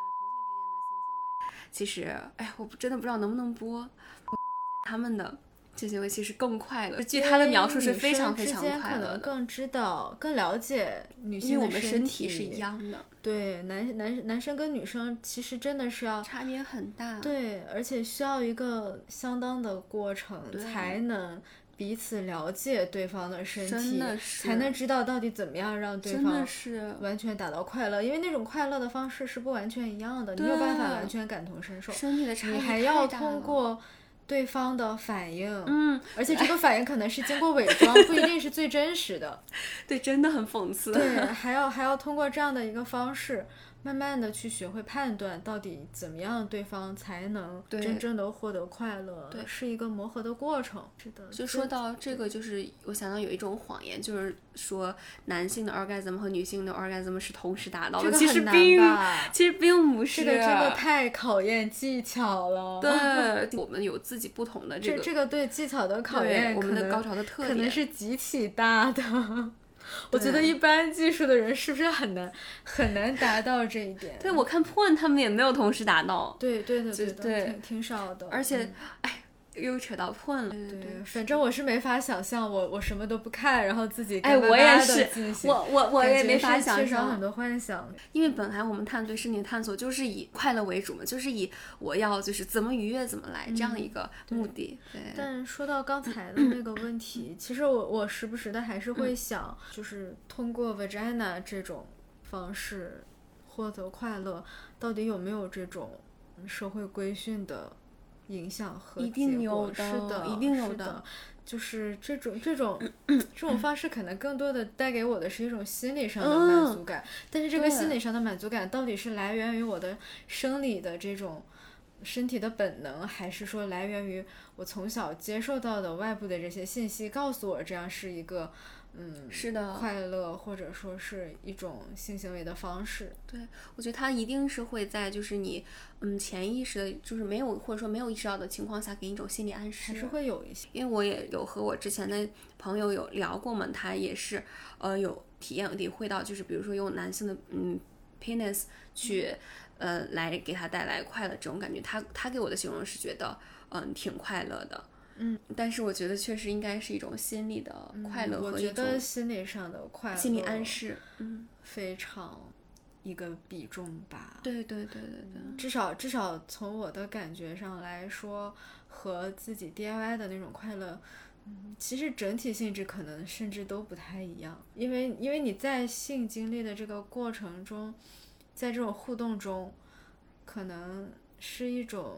其实我真的不知道能不能播他们的性行为其实更快乐，据他的描述是非常非常快乐的， 可能更知道更了解女性的身体，因为我们身体是一样的。 对，男生跟女生其实真的是要差别很大， 对，而且需要一个相当的过程才能彼此了解对方的身体，才能知道到底怎么样让对方完全达到快乐，因为那种快乐的方式是不完全一样的，你没有办法完全感同身受， 身体的差异你还要通过对方的反应，而且这个反应可能是经过伪装，不一定是最真实的。 对，真的很讽刺。 对，还要通过这样的一个方式，慢慢的去学会判断到底怎么样对方才能真正的获得快乐， 对， 是一个磨合的过程。是的。 就说到这个，就是我想到有一种谎言，就是说男性的 orgasm 和女性的 orgasm 是同时达到的，其实并不是。 这个太考验技巧了。 对，我们有自己不同的这个对技巧的考验， 我们的高潮的特点可能是极其大的。我觉得一般技术的人是不是很难达到这一点？ 对，我看 porn 他们也没有同时达到。 对，挺少的。 而且，又扯到porn了。 对，反正我是没法想象，我什么都不看，然后自己我也是，我也没法想象， 缺少很多幻想。 因为本来我们对身体探索就是以快乐为主嘛，就是以我要就是怎么愉悦怎么来这样的一个目的。对。 但说到刚才的那个问题，其实我时不时的还是会想，就是通过 vagina 这种方式获得快乐，到底有没有这种社会规训的影响和结果？ 一定有的， 是的， 一定有的。 就是这种方式可能更多的带给我的是一种心理上的满足感，但是这个心理上的满足感到底是来源于我的生理的这种身体的本能，还是说来源于我从小接受到的外部的这些信息告诉我这样是一个是的快乐，或者说是一种性行为的方式？ 对，我觉得它一定是会在就是你潜意识的就是没有或者说没有意识到的情况下给你一种心理暗示， 还是会有一些。 因为我也有和我之前的朋友有聊过嘛，他也是有体会到，就是比如说用男性的penis 去来给他带来快乐这种感觉，他给我的形容是觉得挺快乐的。但是我觉得确实应该是一种心理的快乐和一种我觉得心理上的快乐， 心理暗示， 非常一个比重吧。 对， 至少从我的感觉上来说，和自己 DIY 的那种快乐，其实整体性质可能甚至都不太一样。因为你在性经历的这个过程中，在这种互动中，可能是一种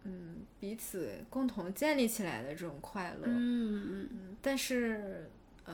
彼此共同建立起来的这种快乐。但是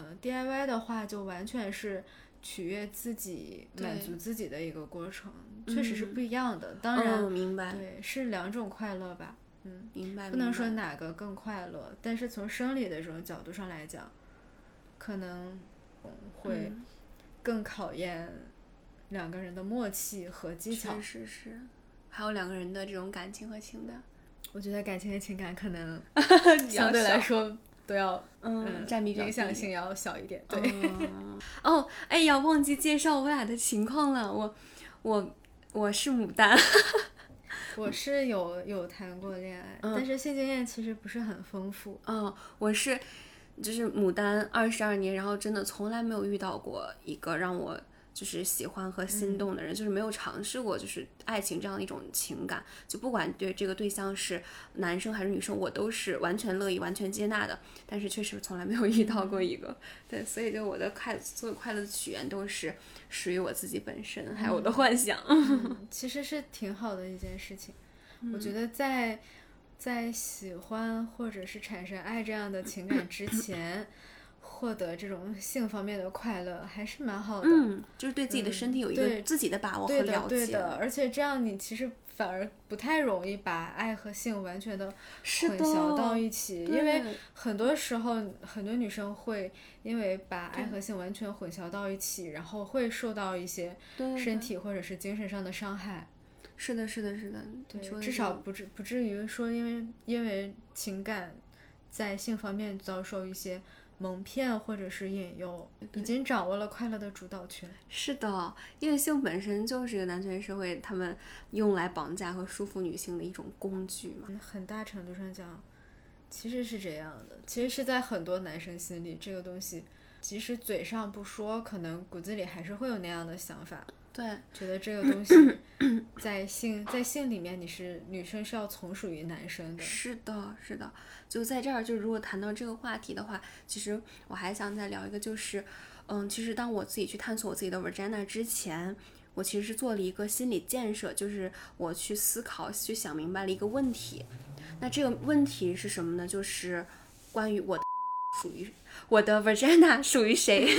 DIY 的话就完全是取悦自己满足自己的一个过程，确实是不一样的。当然明白， 对，是两种快乐吧。 明白， 不能说哪个更快乐，但是从生理的这种角度上来讲，可能会更考验两个人的默契和技巧。 是，还有两个人的这种感情和情感。 我觉得感情和情感可能相对来说都要占比影响性要小一点。对。 哎呀，忘记介绍我俩的情况了。我是牡丹。 我是有谈过恋爱，但是性经验其实不是很丰富。 我是就是牡丹22年，然后真的从来没有遇到过一个让我就是喜欢和心动的人，就是没有尝试过就是爱情这样的一种情感，就不管对这个对象是男生还是女生，我都是完全乐意完全接纳的，但是确实从来没有遇到过一个。对，所以就我的所有快乐的起源都是属于我自己本身还有我的幻想。 其实是挺好的一件事情。我觉得在喜欢或者是产生爱这样的情感之前获得这种性方面的快乐还是蛮好的。 就是对自己的身体有一个自己的把握和了解。 对的，而且这样你其实反而不太容易把爱和性完全的混淆到一起，因为很多时候很多女生会因为把爱和性完全混淆到一起，然后会受到一些身体或者是精神上的伤害。 是的， 对，至少不至于说因为情感在性方面遭受一些蒙骗或者是引诱，已经掌握了快乐的主导权。 是的，因为性本身就是一个男权社会他们用来绑架和束缚女性的一种工具嘛。 很大程度上讲其实是这样的，其实是在很多男生心里，这个东西即使嘴上不说，可能骨子里还是会有那样的想法。 对， 觉得这个东西在性里面女生是要从属于男生的。 是的，就在这儿，就如果谈到这个话题的话，其实我还想再聊一个，就是其实当我自己去探索我自己的 vagina 之前，我其实是做了一个心理建设，就是我去思考去想明白了一个问题。那这个问题是什么呢？就是关于我的 vagina 属于谁。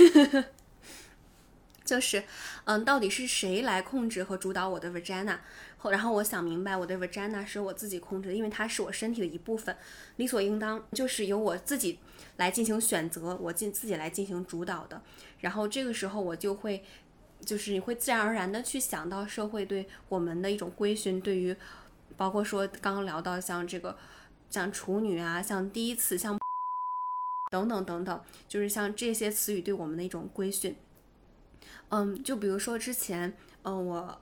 就是到底是谁来控制和主导我的 vagina， 然后我想明白我的 vagina 是我自己控制的，因为它是我身体的一部分，理所应当就是由我自己来进行选择，我自己来进行主导的。然后这个时候我就会就是你会自然而然的去想到社会对我们的一种规训，对于包括说刚刚聊到像处女啊，像第一次，像等等，就是像这些词语对我们的一种规训。就比如说之前，我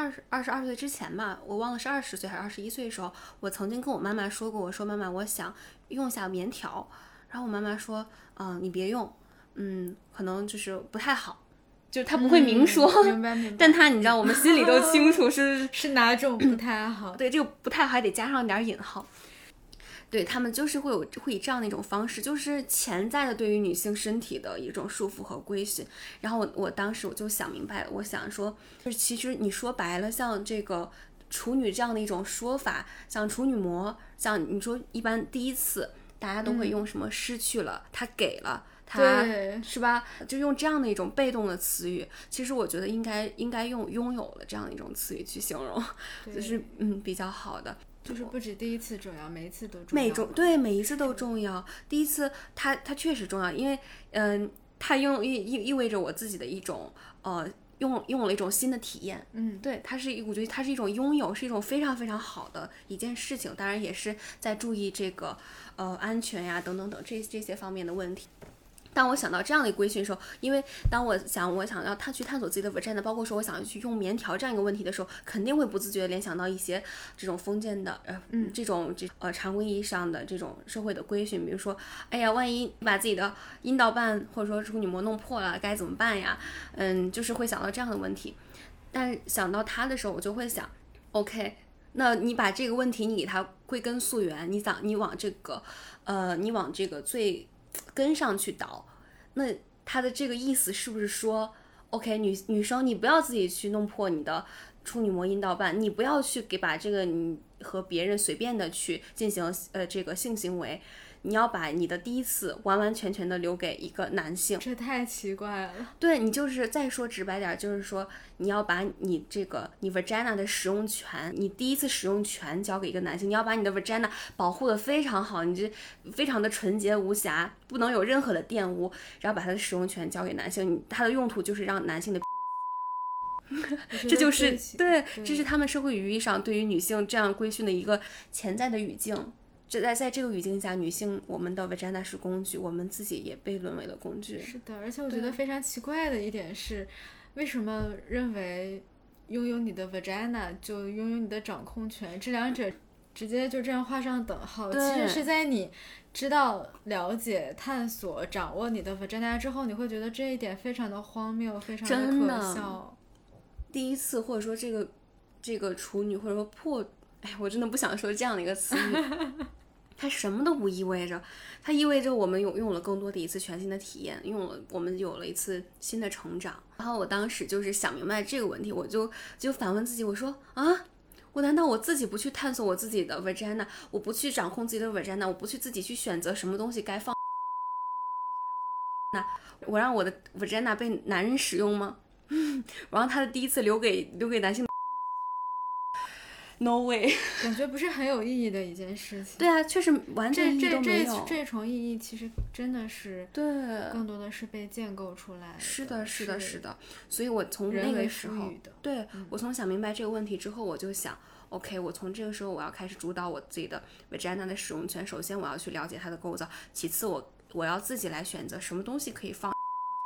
22岁之前吧，我忘了是20岁还是21岁的时候，我曾经跟我妈妈说过，我说妈妈，我想用一下棉条，然后我妈妈说，你别用，可能就是不太好，就是她不会明说， 明白， 但她你知道我们心里都清楚是哪种不太好。 对，这个不太好还得加上点引号。对，他们就是会以这样的一种方式，就是潜在的对于女性身体的一种束缚和规训。然后我当时我就想明白了，我想说，就是其实你说白了，像这个处女这样的一种说法，像处女膜，像你说一般第一次大家都会用什么失去了，他给了。他是吧？就用这样的一种被动的词语，其实我觉得应该用拥有了这样的一种词语去形容，就是比较好的。 就是不止第一次重要，每一次都重要。 对，每一次都重要。第一次它确实重要，因为它意味着我自己的一种用了一种新的体验。对，我觉得它是一种拥有，是一种非常非常好的一件事情。当然也是在注意这个安全呀等等这些方面的问题。当我想到这样的一个规训的时候，因为当我想要去探索自己的 vagina， 包括说我想要去用棉条这样一个问题的时候，肯定会不自觉地联想到一些这种封建的这种常规意义上的这种社会的规训，比如说，哎呀，万一把自己的阴道瓣或者说处女膜弄破了该怎么办呀？就是会想到这样的问题。但想到它的时候，我就会想 ，OK， 那你把这个问题你给它归根溯源，你往这个最跟上去导，那他的这个意思是不是说 OK 女生你不要自己去弄破你的处女膜阴道瓣，你不要去把这个你和别人随便的去进行这个性行为，你要把你的第一次完完全全的留给一个男性。 这太奇怪了。 对，你就是再说直白点，就是说你要把你vagina 的使用权，你第一次使用权交给一个男性，你要把你的 vagina 保护的非常好，你这非常的纯洁无瑕，不能有任何的玷污，然后把它的使用权交给男性，它的用途就是让男性的这就是对，这是他们社会语义上对于女性这样规训的一个潜在的语境。在这个语境下，女性我们的 vagina 是工具，我们自己也被沦为了工具。 是的，而且我觉得非常奇怪的一点是，为什么认为拥有你的 vagina 就拥有你的掌控权，这两者直接就这样画上等号。其实是在你知道、了解、探索、掌握你的 vagina 之后，你会觉得这一点非常的荒谬，非常的可笑。 第一次或者说这个处女或者说破，哎，我真的不想说这样的一个词语。它什么都不意味着，它意味着我们拥有了更多的一次全新的体验，我们有了一次新的成长。然后我当时就是想明白这个问题，我就反问自己，我说啊，我难道我自己不去探索我自己的 vagina， 我不去掌控自己的 vagina， 我不去自己去选择什么东西该放，那我让我的 vagina 被男人使用吗？我让他的第一次留给男性？No way， 感觉不是很有意义的一件事情。 对啊，确实完全意义都没有。 这重意义其实真的是对， 更多的是被建构出来的。 是的。所以我从那个时候，对，我从想明白这个问题之后，我就想 ，OK， 我从这个时候我要开始主导我自己的 vagina 的使用权。首先我要去了解它的构造，其次我要自己来选择什么东西可以放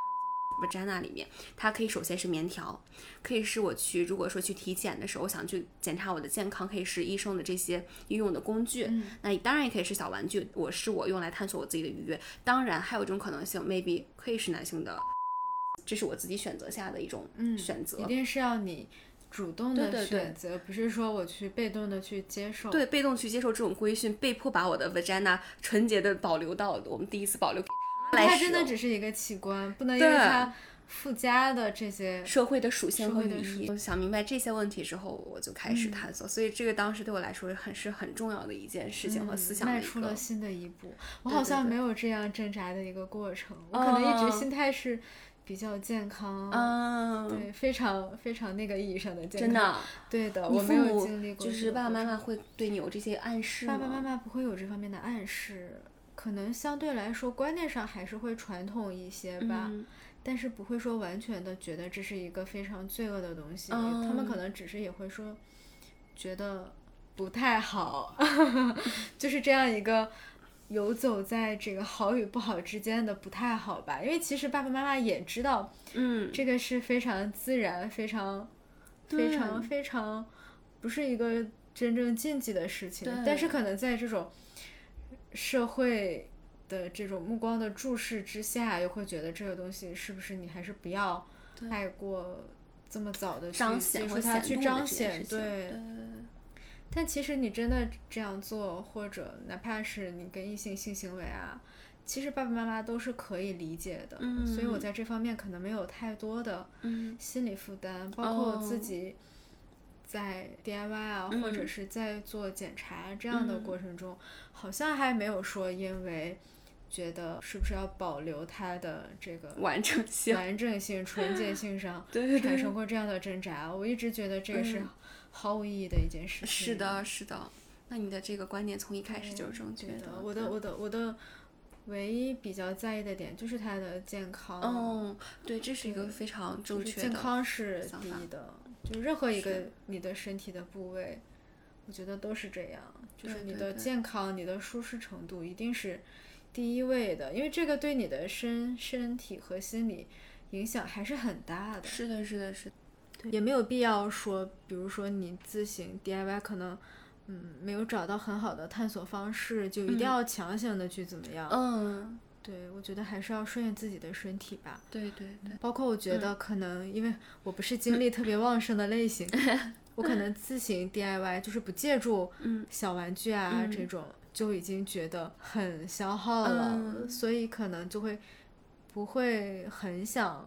vagina 里面。它可以首先是棉条，可以是我如果说去体检的时候，我想去检查我的健康，可以是医生的这些医用的工具，那当然也可以是小玩具，我用来探索我自己的愉悦。当然还有一种可能性 maybe 可以是男性的，这是我自己选择下的一种选择。 一定是要你主动的选择，不是说我去被动的去接受。 对，被动去接受这种规训，被迫把我的 vagina 纯洁的保留到我们第一次保留它真的只是一个器官，不能因为它附加的这些社会的属性和语义。我想明白这些问题之后，我就开始探索，所以这个当时对我来说是很重要的一件事情和思想的迈出了新的一步。我好像没有这样挣扎的一个过程，我可能一直心态是比较健康，对，非常非常那个意义上的健康。 真的， 对的，我没有经历过。 就是爸爸妈妈会对你有这些暗示吗？ 爸爸妈妈不会有这方面的暗示。可能相对来说观念上还是会传统一些吧，但是不会说完全的觉得这是一个非常罪恶的东西，他们可能只是也会说觉得不太好就是这样一个游走在这个好与不好之间的不太好吧。因为其实爸爸妈妈也知道这个是非常自然非常非常非常不是一个真正禁忌的事情，但是可能在这种社会的这种目光的注视之下，又会觉得这个东西是不是你还是不要太过这么早的去接受它，去彰显。对，但其实你真的这样做，或者哪怕是你跟异性性行为啊，其实爸爸妈妈都是可以理解的，所以我在这方面可能没有太多的心理负担，包括我自己在 DIY 啊，或者是在做检查这样的过程中，好像还没有说因为觉得是不是要保留它的这个完整性纯洁性上产生过这样的挣扎。我一直觉得这个是毫无意义的一件事情。 是的，那你的这个观念从一开始就是正确的。 我的唯一比较在意的点就是它的健康。 对，这是一个非常正确的健康是第一的，就任何一个你的身体的部位，我觉得都是这样，就是你的健康你的舒适程度一定是第一位的，因为这个对你的身体和心理影响还是很大的。 是的也没有必要说比如说你自行 DIY 可能没有找到很好的探索方式，就一定要强行的去怎么样。对，我觉得还是要顺应自己的身体吧。 对， 包括我觉得可能因为我不是精力特别旺盛的类型我可能自行 DIY 就是不借助小玩具啊这种就已经觉得很消耗了，所以可能就会不会很想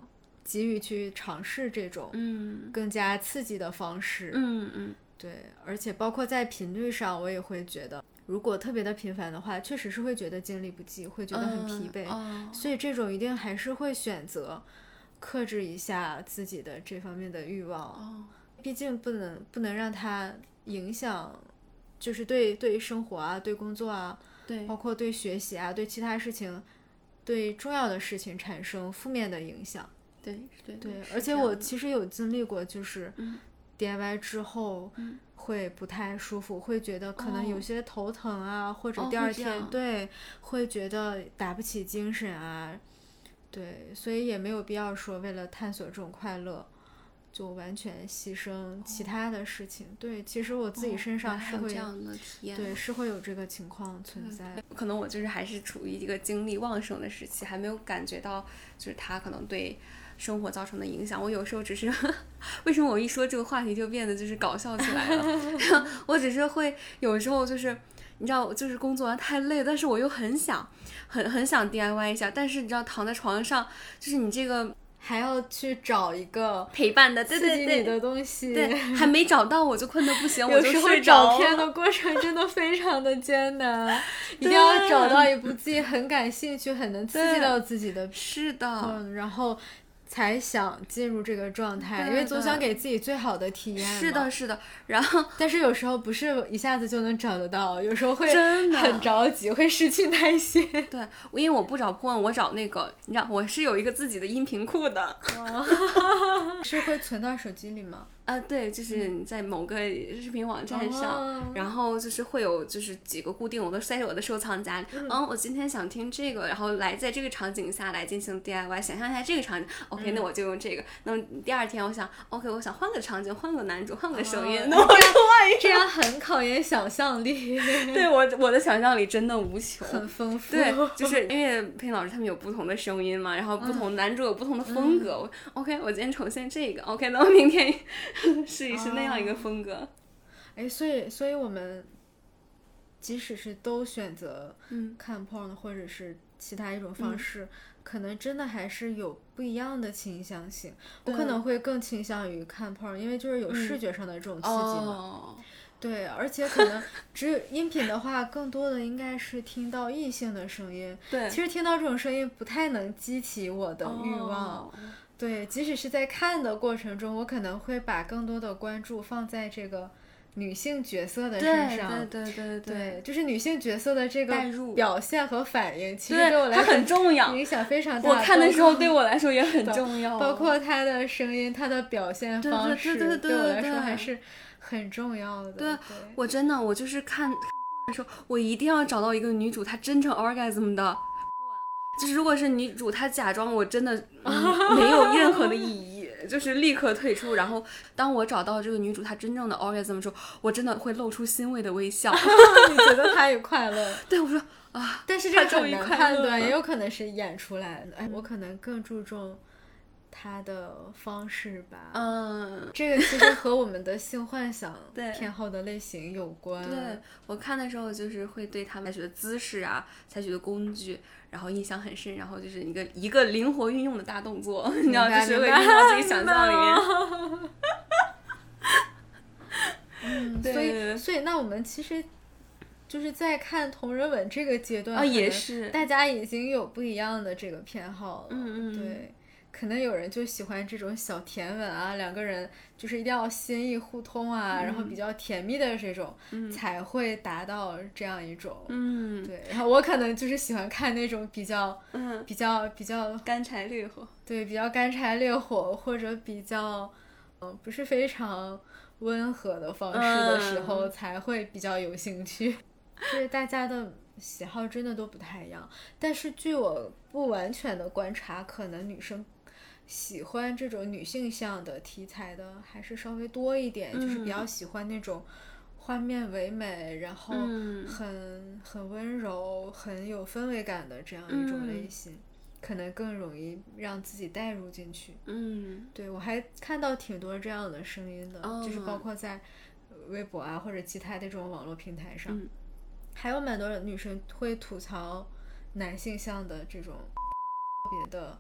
急于去尝试这种更加刺激的方式。对，而且包括在频率上，我也会觉得如果特别的频繁的话，确实是会觉得精力不济，会觉得很疲惫。所以这种一定还是会选择克制一下自己的这方面的欲望。毕竟不能让它影响，就是对生活啊，对工作啊， 对， 包括对学习啊，对其他事情，对重要的事情产生负面的影响。 对， 而且我其实有经历过，就是DIY 之后会不太舒服，会觉得可能有些头疼啊，或者第二天对会觉得打不起精神啊。对，所以也没有必要说为了探索这种快乐就完全牺牲其他的事情。对，其实我自己身上是会这样的体验， 对，是会有这个情况存在。 可能我就是还是处于一个精力旺盛的时期，还没有感觉到就是它可能对生活造成的影响。我有时候只是为什么我一说这个话题就变得就是搞笑起来了我只是会有时候就是你知道就是工作完太累，但是我又很想 DIY 一下，但是你知道躺在床上就是你这个还要去找一个陪伴的刺激你的东西， 对，还没找到我就困得不行有时候找片的过程真的非常的艰难一定要找到一部自己很感兴趣很能刺激到自己的， 是的， 然后才想进入这个状态，因为总想给自己最好的体验嘛。 是的，然后但是有时候不是一下子就能找得到，有时候会很着急，会失去耐心。 对，因为我不找破案，我找那个，你知道我是有一个自己的音频库的是会存到手机里吗？ 对，就是你在某个视频网站上然后就是会有就是几个固定，我都塞我的收藏夹里。我今天想听这个，然后来在这个场景下来进行 DIY， 想象一下这个场景，OK，那我就用这个。那么第二天我想 OK， 我想换个场景，换个男主，换个声音，那我这样很考验想象力对，我的想象力真的无穷， 很丰富。 对，就是因为佩老师他们有不同的声音嘛，然后不同男主有不同的风格。OK， 我今天呈现这个 OK， 那我明天试一试那样一个风格。 所以我们即使是都选择看 porn 或者是其他一种方式，可能真的还是有不一样的倾向性。我可能会更倾向于看 porn，因为就是有视觉上的这种刺激嘛。对，而且可能只有音频的话，更多的应该是听到异性的声音。 对， 其实听到这种声音不太能激起我的欲望。对，即使是在看的过程中，我可能会把更多的关注放在这个女性角色的身上。对，就是女性角色的这个表现和反应，其实对我来说很重要， 影响非常大。 我看的时候对我来说也很重要， 包括她的声音、她的表现方式，对我来说还是很重要的。对， 我真的，我就是看的时候，我一定要找到一个女主她真正 orgasm 的。就是如果是女主她假装，我真的没有任何的意义，就是立刻退出。然后当我找到这个女主她真正的 orgasm 的时候，我真的会露出欣慰的微笑你觉得她也快乐对，我说但是这个很难判断，也有可能是演出来的。我可能更注重他的方式吧。这个其实和我们的性幻想偏好的类型有关。 对，我看的时候就是会对他们采取的姿势啊，采取的工具，然后印象很深。然后就是一个灵活运用的大动作，你知道，就是会运到自己想象里面。所以那我们其实就是在看同人文这个阶段也是大家已经有不一样的这个偏好了。对，可能有人就喜欢这种小甜吻啊，两个人就是一定要心意互通啊，然后比较甜蜜的这种，才会达到这样一种。对，然后我可能就是喜欢看那种比较干柴烈火， 对，比较干柴烈火，或者比较不是非常温和的方式的时候，才会比较有兴趣。就是大家的喜好真的都不太一样，但是据我不完全的观察，可能女生喜欢这种女性向的题材的还是稍微多一点，就是比较喜欢那种画面唯美，然后很温柔，很有氛围感的这样一种类型，可能更容易让自己带入进去。对，我还看到挺多这样的声音的，就是包括在微博啊或者其他的这种网络平台上，还有蛮多女生会吐槽男性向的这种特别的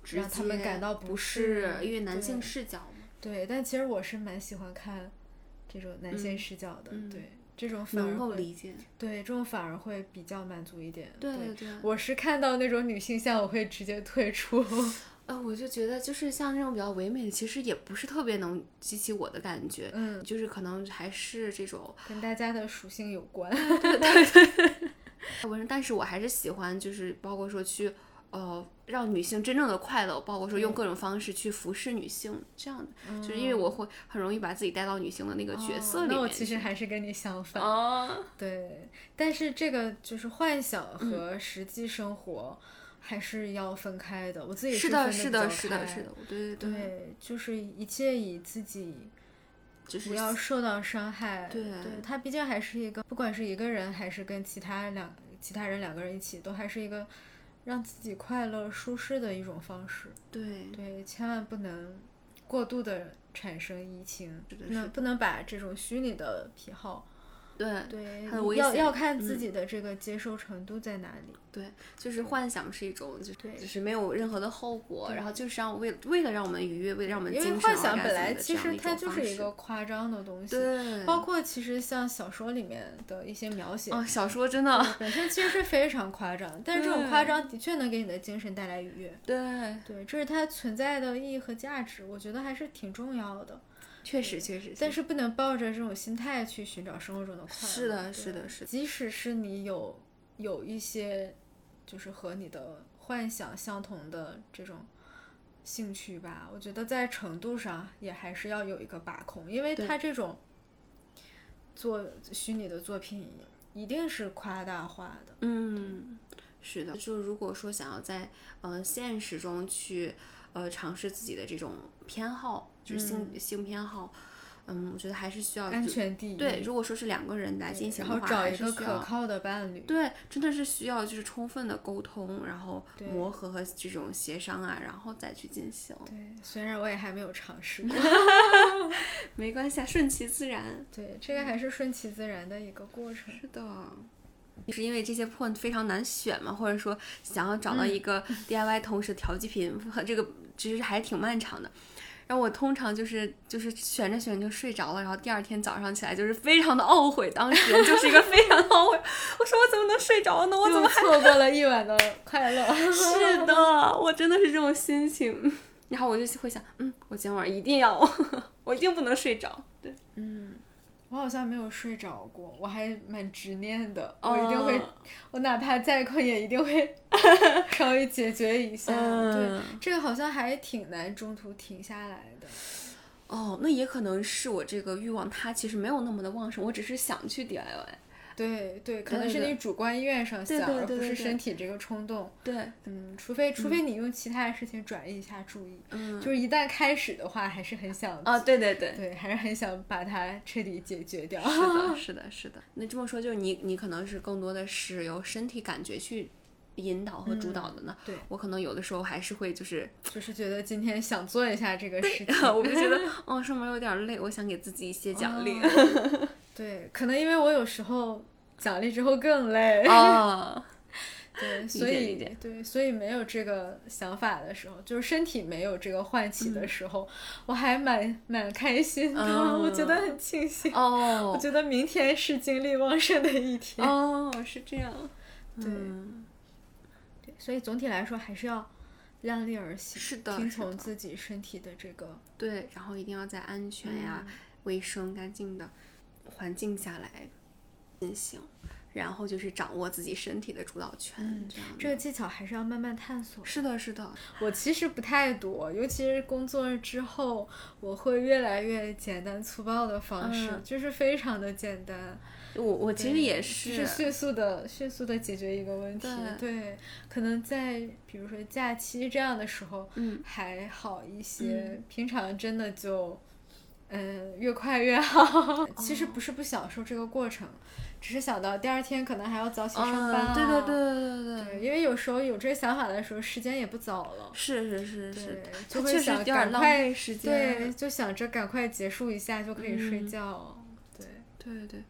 让他们感到不适， 因为男性视角嘛。 对，但其实我是蛮喜欢看这种男性视角的，对，这种反而能够理解， 对，这种反而会比较满足一点。 对， 我是看到那种女性像我会直接退出。 我就觉得就是像这种比较唯美的，其实也不是特别能激起我的感觉，就是可能还是这种跟大家的属性有关。 对。但是我还是喜欢，就是包括说去让女性真正的快乐，包括说用各种方式去服侍女性，这样的，就是因为我会很容易把自己带到女性的那个角色里面。 那我其实还是跟你相反。对，但是这个就是幻想和实际生活还是要分开的。我自己是分得是的，对，就是一切以自己。 就是不要受到伤害。 对， 他毕竟还是一个，不管是一个人还是跟其他人两个人一起，都还是一个让自己快乐舒适的一种方式。对，千万不能过度的产生移情，不能把这种虚拟的癖好。对，要看自己的这个接受程度在哪里。 对，就是幻想是一种，就是没有任何的后果，然后就是为了让我们愉悦，为了让我们精神。 因为幻想本来其实它就是一个夸张的东西， 对， 包括其实像小说里面的一些描写， 小说真的本身其实是非常夸张，但是这种夸张的确能给你的精神带来愉悦。 对， 这是它存在的意义和价值，我觉得还是挺重要的。 确实， 但是不能抱着这种心态去寻找生活中的快乐。是的。 即使是你有一些就是和你的幻想相同的这种兴趣吧，我觉得在程度上也还是要有一个把控，因为它这种做虚拟的作品一定是夸大化的。 是的，就如果说想要在现实中去尝试自己的这种偏好，就是性偏好，我觉得还是需要安全第一。 对，如果说是两个人来进行的话， 然后找一个可靠的伴侣。 对，真的是需要就是充分的沟通，然后磨合和这种协商啊，然后再去进行。 对，虽然我也还没有尝试过。 没关系，顺其自然。 对，这个还是顺其自然的一个过程。 是的。是因为这些 point 非常难选嘛，或者说想要找到一个 DIY 同时调剂品，这个其实还挺漫长的。然后我通常就是选着就睡着了，然后第二天早上起来就是非常的懊悔，当时就是一个非常的懊悔，我说我怎么能睡着呢？我怎么还错过了一晚的快乐？ 是的，我真的是这种心情。然后我就会想，我今天晚上一定要，我一定不能睡着。对， 我好像没有睡着过，我还蛮执念的。我一定会，我哪怕再困也一定会稍微解决一下。对，这个好像还挺难中途停下来的。 那也可能是我这个欲望它其实没有那么的旺盛，我只是想去 DIY。 对，可能是你主观意愿上想，而不是身体这个冲动。 对， 除非你用其他的事情转移一下注意。就是一旦开始的话，还是很想对，还是很想把它彻底解决掉。 是的。那这么说，就是你可能是更多的是由身体感觉去引导和主导的呢。 对， 我可能有的时候还是会就是觉得今天想做一下这个事情， 我就觉得上面有点累，我想给自己一些奖励。 对，可能因为我有时候奖励之后更累。对，所以没有这个想法的时候，就是身体没有这个唤起的时候，我还蛮开心的。我觉得很庆幸。我觉得明天是精力旺盛的一天。 是这样。 对，所以总体来说还是要量力而行， 是的， 听从自己身体的这个。 对，然后一定要在安全呀、卫生、干净的环境下来进行。然后就是掌握自己身体的主导权， 这个技巧还是要慢慢探索。 是的。 我其实不太多，尤其是工作之后，我会越来越简单粗暴的方式，就是非常的简单。 我其实也是， 就是迅速的解决一个问题。对，可能在比如说假期这样的时候，还好一些。平常真的就，越快越好。其实不是不享受这个过程。只是想到第二天可能还要早起上班。对，因为有时候有这个想法的时候，时间也不早了。 是， 就会想赶快时间。 对，就想着赶快结束一下就可以睡觉。对。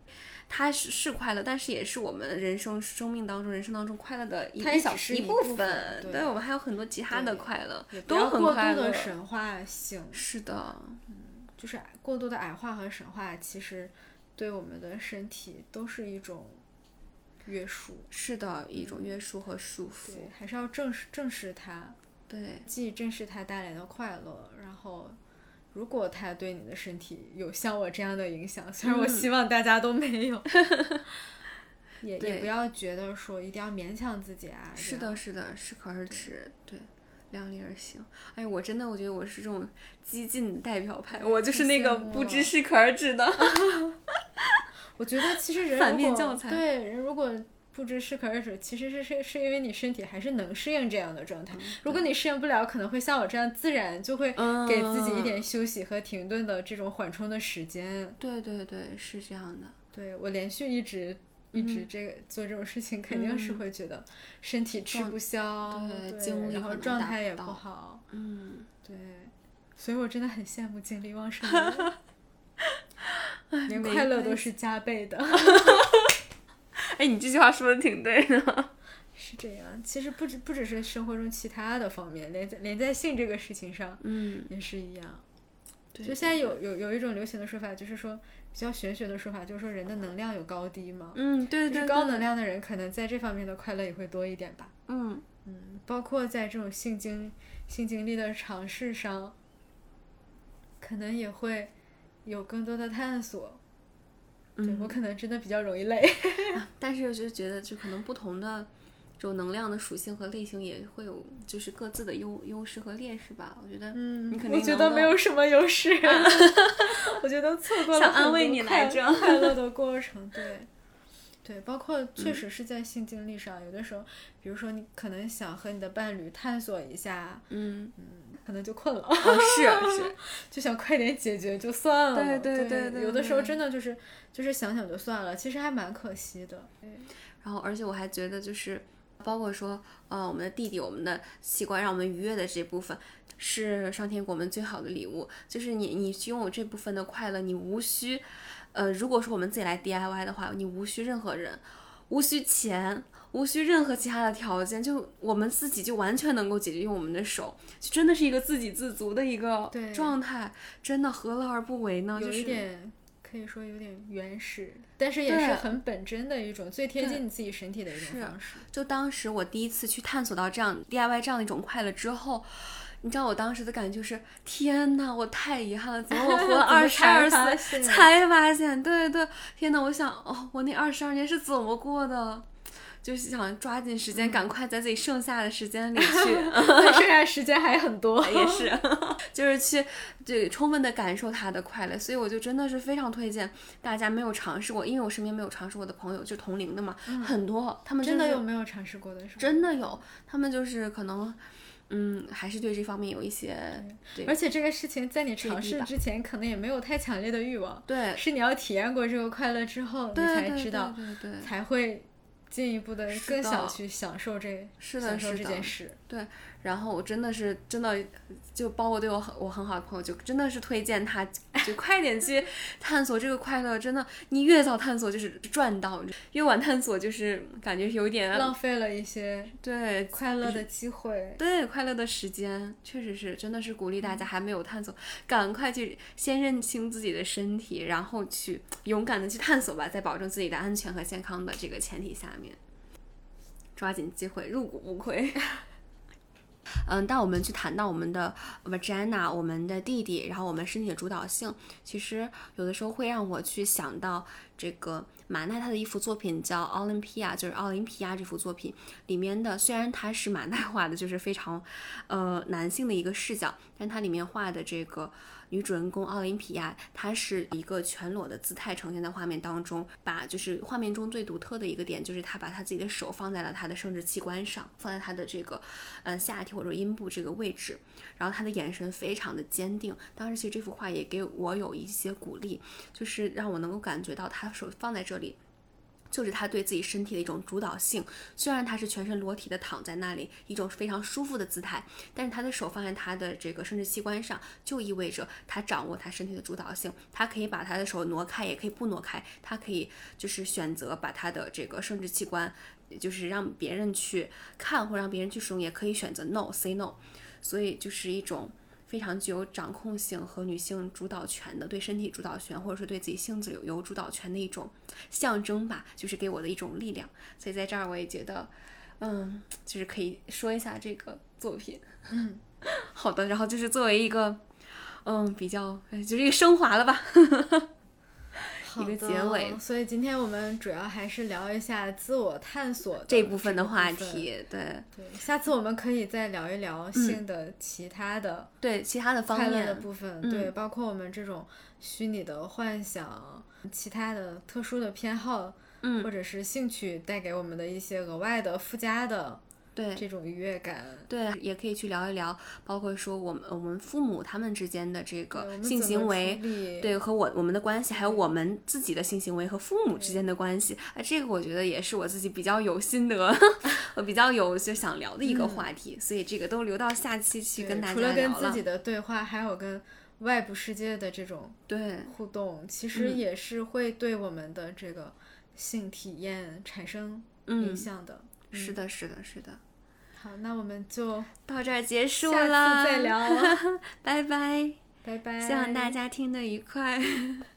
它是快乐，但是也是我们人生当中快乐的一部分。对，我们还有很多其他的快乐，都很快乐。 过度的神话性。 是的， 就是过度的矮化和神话，其实对我们的身体都是一种约束。 是的，一种约束和束缚。 对，还是要正视它。 对， 既正视它带来的快乐，然后如果它对你的身体有像我这样的影响，虽然我希望大家都没有，也不要觉得说一定要勉强自己啊。 是的，是的，适可而止，对，量力而行。哎，我觉得我是这种激进的代表派，我就是那个不知适可而止的。 我觉得其实人反面教材。 对，人如果不知适可而止，其实是因为你身体还是能适应这样的状态。如果你适应不了，可能会像我这样自然就会给自己一点休息和停顿的这种缓冲的时间。 对对对，是这样的。 对，我连续一直这个做这种事情，肯定是会觉得身体吃不消， 对，精力然后状态也不好。对，所以我真的很羡慕精力旺盛的人，连快乐都是加倍的。 哎，你这句话说的挺对的。 是这样，其实不只是生活中其他的方面，连在性这个事情上，也是一样。 对， 就现在有一种流行的说法，就是说比较玄学的说法，就是说人的能量有高低嘛。 对， 就是高能量的人可能在这方面的快乐也会多一点吧。包括在这种性经历的尝试上，可能也会有更多的探索。对，我可能真的比较容易累。 但是就觉得就可能不同的这种能量的属性和类型也会有就是各自的优势和劣势吧。我觉得你肯定我觉得没有什么优势。我觉得错过了很多快乐的过程。对，包括确实是在性经历上，有的时候比如说你可能想和你的伴侣探索一下，可能就困了。 是就想快点解决就算了。 对， 有的时候真的就是想想就算了，其实还蛮可惜的。 然后而且我还觉得就是包括说我们的弟弟，我们的器官让我们愉悦的这部分是上天给我们最好的礼物。就是你拥有这部分的快乐，你无需如果说我们自己来 DIY 的话，你无需任何人，无需钱，无需任何其他的条件，就我们自己就完全能够解决，用我们的手，就真的是一个自给自足的一个状态，真的何乐而不为呢？ 有一点可以说有点原始，但是也是很本真的一种最贴近你自己身体的一种方式。 就当时我第一次去探索到这样 DIY 这样的一种快乐之后，你知道我当时的感觉就是天哪，我太遗憾了，怎么我活了22岁才发现？对，天哪，我想我那22年是怎么过的？就是想抓紧时间，赶快在自己剩下的时间里去， 剩下时间还很多， 也是，就是去充分的感受它的快乐。所以我就真的是非常推荐大家没有尝试过，因为我身边没有尝试过的朋友，就同龄的嘛，很多他们真的有没有尝试过的是吗？ 真的有，他们就是可能。还是对这方面有一些对， 而且这个事情在你尝试之前可能也没有太强烈的欲望， 对， 是你要体验过这个快乐之后你才知道， 对， 才会进一步的更想去享受这件事。 对，然后我真的就包括对我很好的朋友，就真的是推荐他就快点去探索这个快乐。真的，你越早探索就是赚到，越晚探索就是感觉有点浪费了一些对快乐的机会， 对快乐的时间。确实是，真的是鼓励大家还没有探索，赶快去先认清自己的身体，然后去勇敢的去探索吧，在保证自己的安全和健康的这个前提下面，抓紧机会，入股不亏。当我们去谈到我们的 vagina 我们的弟弟，然后我们身体的主导性，其实有的时候会让我去想到这个马奈他的一幅作品叫 Olympia， 就是奥林匹亚这幅作品里面的，虽然它是马奈画的，就是非常男性的一个视角，但它里面画的这个女主人公奥林匹亚，她是一个全裸的姿态呈现在画面当中，把就是画面中最独特的一个点，就是她把她自己的手放在了她的生殖器官上，放在她的这个下体或者阴部这个位置，然后她的眼神非常的坚定。当时其实这幅画也给我有一些鼓励，就是让我能够感觉到她手放在这里就是他对自己身体的一种主导性。虽然他是全身裸体的躺在那里，一种非常舒服的姿态，但是他的手放在他的这个生殖器官上，就意味着他掌握他身体的主导性。他可以把他的手挪开，也可以不挪开，他可以就是选择把他的这个生殖器官就是让别人去看或让别人去使用，也可以选择 no say no。 所以就是一种非常具有掌控性和女性主导权的，对身体主导权或者说对自己性子有主导权的一种象征吧，就是给我的一种力量。所以在这儿我也觉得就是可以说一下这个作品。好的，然后就是作为一个比较就是一个升华了吧一个结尾。 所以今天我们主要还是聊一下自我探索这部分的话题。对， 下次我们可以再聊一聊性的其他的对其他的方面快乐的部分。对，包括我们这种虚拟的幻想，其他的特殊的偏好，或者是兴趣带给我们的一些额外的附加的对这种愉悦感。 对，也可以去聊一聊，包括说我们父母他们之间的这个性行为，对和我们的关系，还有我们自己的性行为和父母之间的关系。这个我觉得也是我自己比较有心得我比较有就想聊的一个话题。所以这个都留到下期去跟大家聊了。 除了跟自己的对话，还有跟外部世界的这种互动，其实也是会对我们的这个性体验产生影响的。 是的是的是的。 好，那我们就到这儿结束了， 下次再聊拜拜拜拜， 希望大家听得愉快